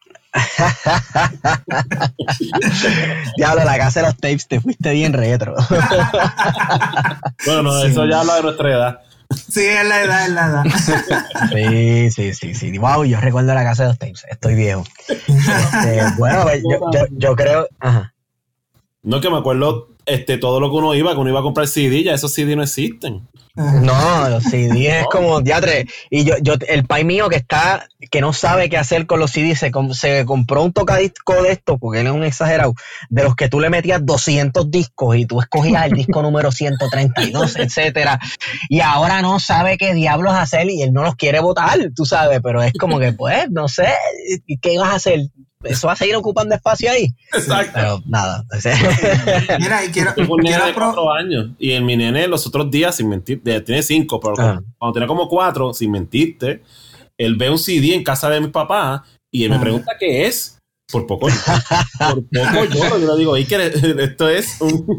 Diablo, la casa de los tapes, te fuiste bien retro. Bueno, no, sí. Eso ya habla de nuestra edad. Sí, es la edad, es la edad. Sí, sí, sí, sí. Wow, yo recuerdo la casa de los tapes. Estoy viejo. Este, bueno, yo, yo, yo creo... Ajá. No, que me acuerdo este, todo lo que uno iba, que uno iba a comprar C D, ya esos C D no existen. No, los C D es como diatre. Y yo, yo, el pai mío que está, que no sabe qué hacer con los C D, se, se compró un tocadisco de estos, porque él es un exagerado, de los que tú le metías doscientos discos y tú escogías el disco número ciento treinta y dos, etcétera. Y ahora no sabe qué diablos hacer y él no los quiere botar, tú sabes, pero es como que, pues, no sé, ¿qué vas a hacer? ¿Eso va a seguir ocupando espacio ahí? Exacto. Pero nada. Mira, y quiero... Tengo un nene de cuatro años y en mi nene los otros días, sin mentir, tiene cinco, pero ah. cuando tenía como cuatro, sin mentirte, él ve un C D en casa de mi papá y él me pregunta qué es. Por poco, por poco yo, yo le digo, esto es un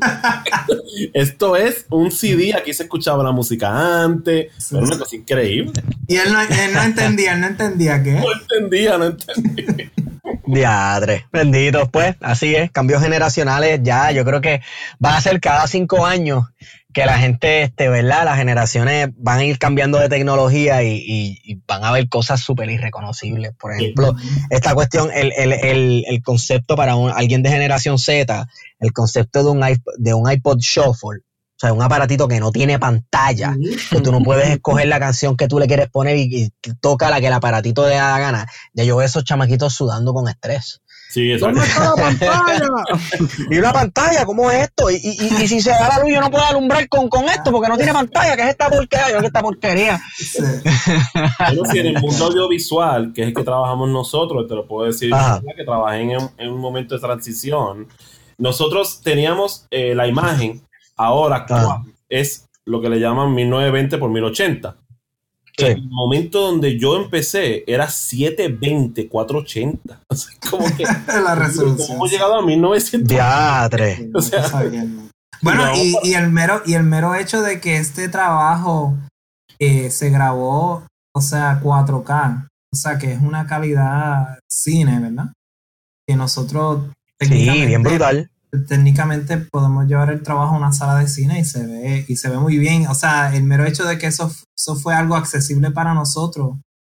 esto es un C D, aquí se escuchaba la música antes, sí, era una cosa increíble. Y él no, él no entendía, él no entendía qué. No entendía, no entendía. Diadre, benditos, pues, así es, cambios generacionales ya, yo creo que va a ser cada cinco años que la gente, este, ¿verdad? Las generaciones van a ir cambiando de tecnología y, y, y van a ver cosas súper irreconocibles. Por ejemplo, esta cuestión, el, el, el, el concepto para un, alguien de generación Z, el concepto de un, iPod, de un iPod Shuffle, o sea, un aparatito que no tiene pantalla, que tú no puedes escoger la canción que tú le quieres poner y, y toca la que el aparatito le da la gana. Ya yo veo esos chamaquitos sudando con estrés. Sí, ¿dónde está la pantalla? Y una pantalla, ¿cómo es esto? Y, y, y, y si se da la luz yo no puedo alumbrar con, con esto porque no tiene pantalla, ¿qué es esta porquería? Yo, ¿qué es esta porquería? Sí. Pero si en el mundo audiovisual, que es el que trabajamos nosotros, te lo puedo decir, que trabajé en, en un momento de transición, nosotros teníamos eh, la imagen, ahora ah. es lo que le llaman mil novecientos veinte por mil ochenta. Sí. El momento donde yo empecé era setecientos veinte, cuatrocientos ochenta. O sea, como que la resolución. Hemos llegado a mil novecientos. Diadre. O sea, bueno, y, y, el mero, y el mero hecho de que este trabajo eh, se grabó, o sea, cuatro K, o sea, que es una calidad cine, ¿verdad? Que nosotros... Sí, bien brutal. Técnicamente podemos llevar el trabajo a una sala de cine y se ve y se ve muy bien. O sea, el mero hecho de que eso, eso fue algo accesible para nosotros,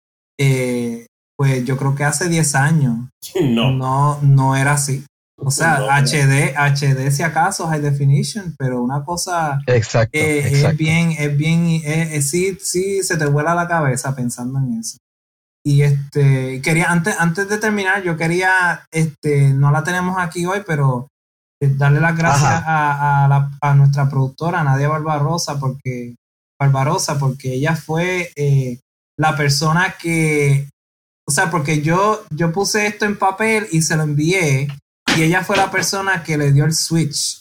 eh, pues yo creo que hace diez años no, no, no era así. O sea, no, H D, H D si acaso, High Definition, pero una cosa exacto, eh, exacto. es bien, es bien, es, es, sí, sí, se te vuela la cabeza pensando en eso. Y este, quería, antes, antes de terminar, yo quería, este, no la tenemos aquí hoy, pero darle las gracias a, a, la, a nuestra productora Nadia Barbarosa porque Barbarosa porque ella fue eh, la persona que, o sea, porque yo yo puse esto en papel y se lo envié y ella fue la persona que le dio el switch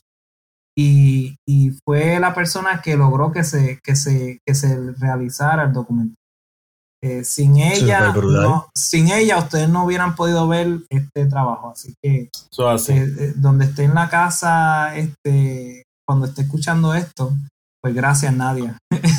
y, y fue la persona que logró que se que se que se realizara el documento. Eh, sin ella no, sin ella ustedes no hubieran podido ver este trabajo, así que so así. Eh, eh, donde esté en la casa este cuando esté escuchando esto, pues gracias Nadia.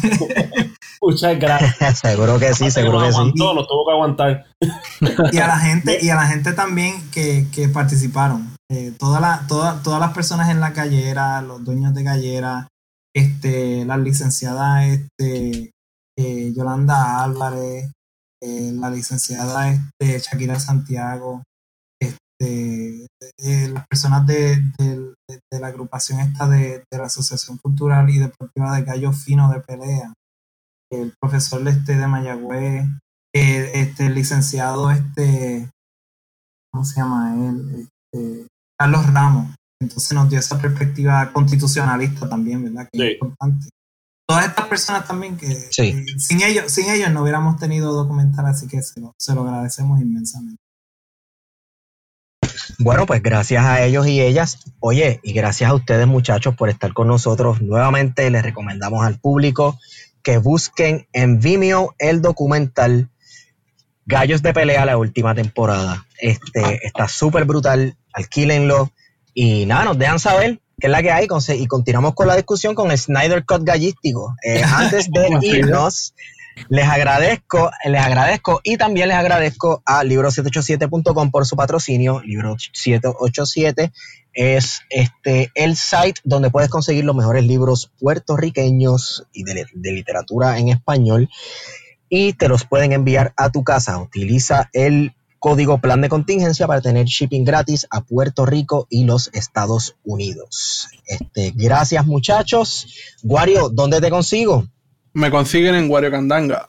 Muchas gracias. Seguro que sí, seguro que aguantó, sí. Nos tuvo que aguantar. Y a la gente y a la gente también que, que participaron, eh, toda la, toda, todas las personas en la gallera, los dueños de gallera, este, las licenciadas este Eh, Yolanda Álvarez, eh, la licenciada este, Shakira Santiago, este, eh, las personas de, de, de, de la agrupación esta de, de la Asociación Cultural y Deportiva de Gallo Fino de Pelea, el profesor este de Mayagüez, eh, este, el licenciado este, ¿cómo se llama él? Este, Carlos Ramos. Entonces nos dio esa perspectiva constitucionalista también, ¿verdad? Que sí. Es importante. todas estas personas también que Sí. eh, sin ellos, sin ellos no hubiéramos tenido documental, así que se lo, se lo agradecemos inmensamente. Bueno, pues gracias a ellos y ellas. Oye, y gracias a ustedes, muchachos, por estar con nosotros. Nuevamente les recomendamos al público que busquen en Vimeo el documental Gallos de Pelea, la última temporada. Este está súper brutal, alquílenlo y nada, nos dejan saber qué es la que hay y continuamos con la discusión con el Snyder Cut gallístico. Eh, antes de irnos, les agradezco, les agradezco y también les agradezco a libro siete ocho siete punto com por su patrocinio. Libro siete ocho siete es este el site donde puedes conseguir los mejores libros puertorriqueños y de, de literatura en español y te los pueden enviar a tu casa. Utiliza el código plan de contingencia para tener shipping gratis a Puerto Rico y los Estados Unidos. Este, gracias, muchachos. Wario, ¿dónde te consigo? Me consiguen en Wario Candanga.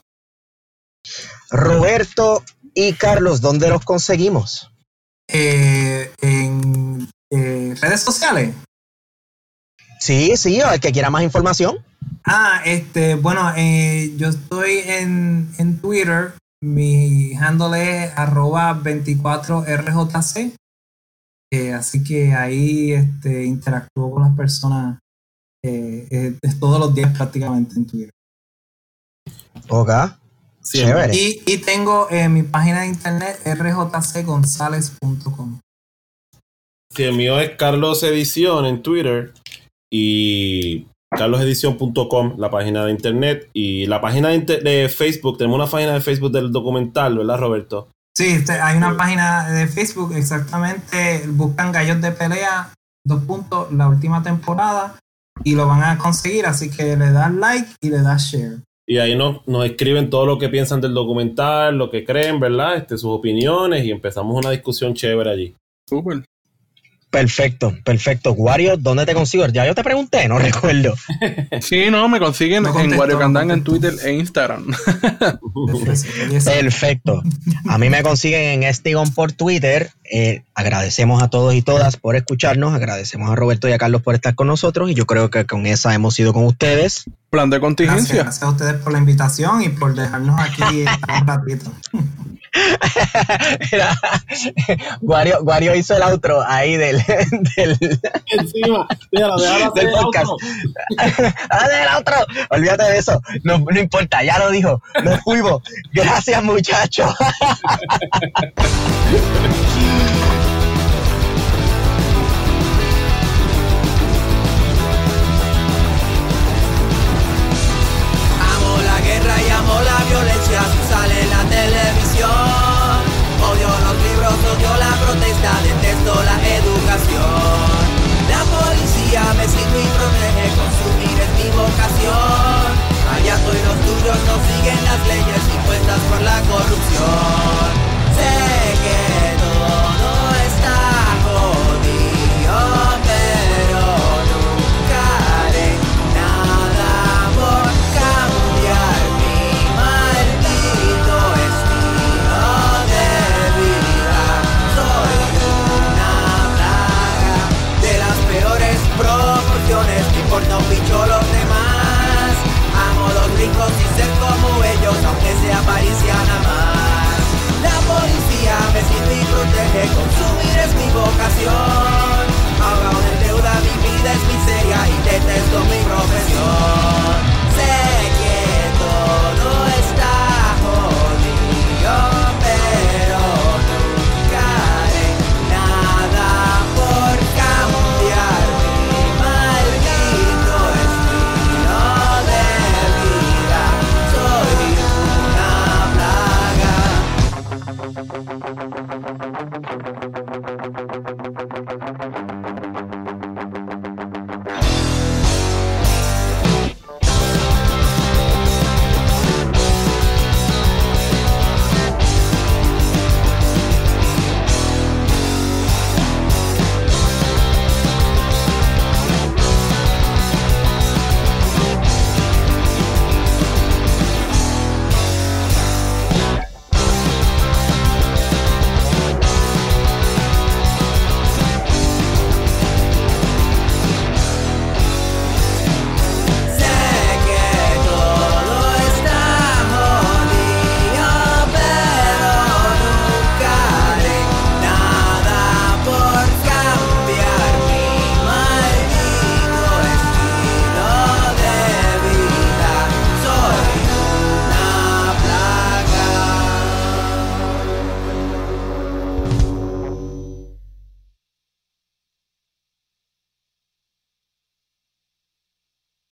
Roberto y Carlos, ¿dónde los conseguimos? Eh, en eh, redes sociales. Sí, sí, el que quiera más información. Ah, este, bueno, eh, yo estoy en, en Twitter. Mi handle es arroba veinticuatro R J C. Eh, así que ahí este, interactúo con las personas eh, eh, todos los días prácticamente en Twitter. Ok. Sí, Chévere. Y, y tengo eh, mi página de internet r j c gonzalez punto com. Sí, el mío es Carlos Edición en Twitter y carlos edición punto com, la página de internet, y la página de, inter- de Facebook. Tenemos una página de Facebook del documental, ¿verdad, Roberto? Sí, este, hay una página de Facebook, exactamente. Buscan Gallos de Pelea, dos puntos, la última temporada, y lo van a conseguir. Así que le das like y le das share. Y ahí nos, nos escriben todo lo que piensan del documental, lo que creen, ¿verdad? Este, sus opiniones, y empezamos una discusión chévere allí. Súper. Perfecto, perfecto. Wario, ¿dónde te consigo? Ya yo te pregunté, no recuerdo. Sí, no, me consiguen No en contesto, Wario Candanga no en Twitter e Instagram. Perfecto. A mí me consiguen en Estigón por Twitter. Eh, agradecemos a todos y todas por escucharnos. Agradecemos a Roberto y a Carlos por estar con nosotros. Y yo creo que con esa hemos ido con ustedes. Plan de Gracias, contingencia. gracias a ustedes por la invitación y por dejarnos aquí un ratito. Mira, Wario, Wario hizo el outro ahí del, del, Encima, déjala, déjala hacer del el podcast. outro. ¡Ah, del outro! Olvídate de eso. No, no importa, ya lo dijo. Nos fuimos. Gracias, muchachos. Amo la guerra y amo la violencia, si sale en la televisión. Odio los libros, odio la protesta, detesto la educación. La policía me sirve y protege, consumir es mi vocación.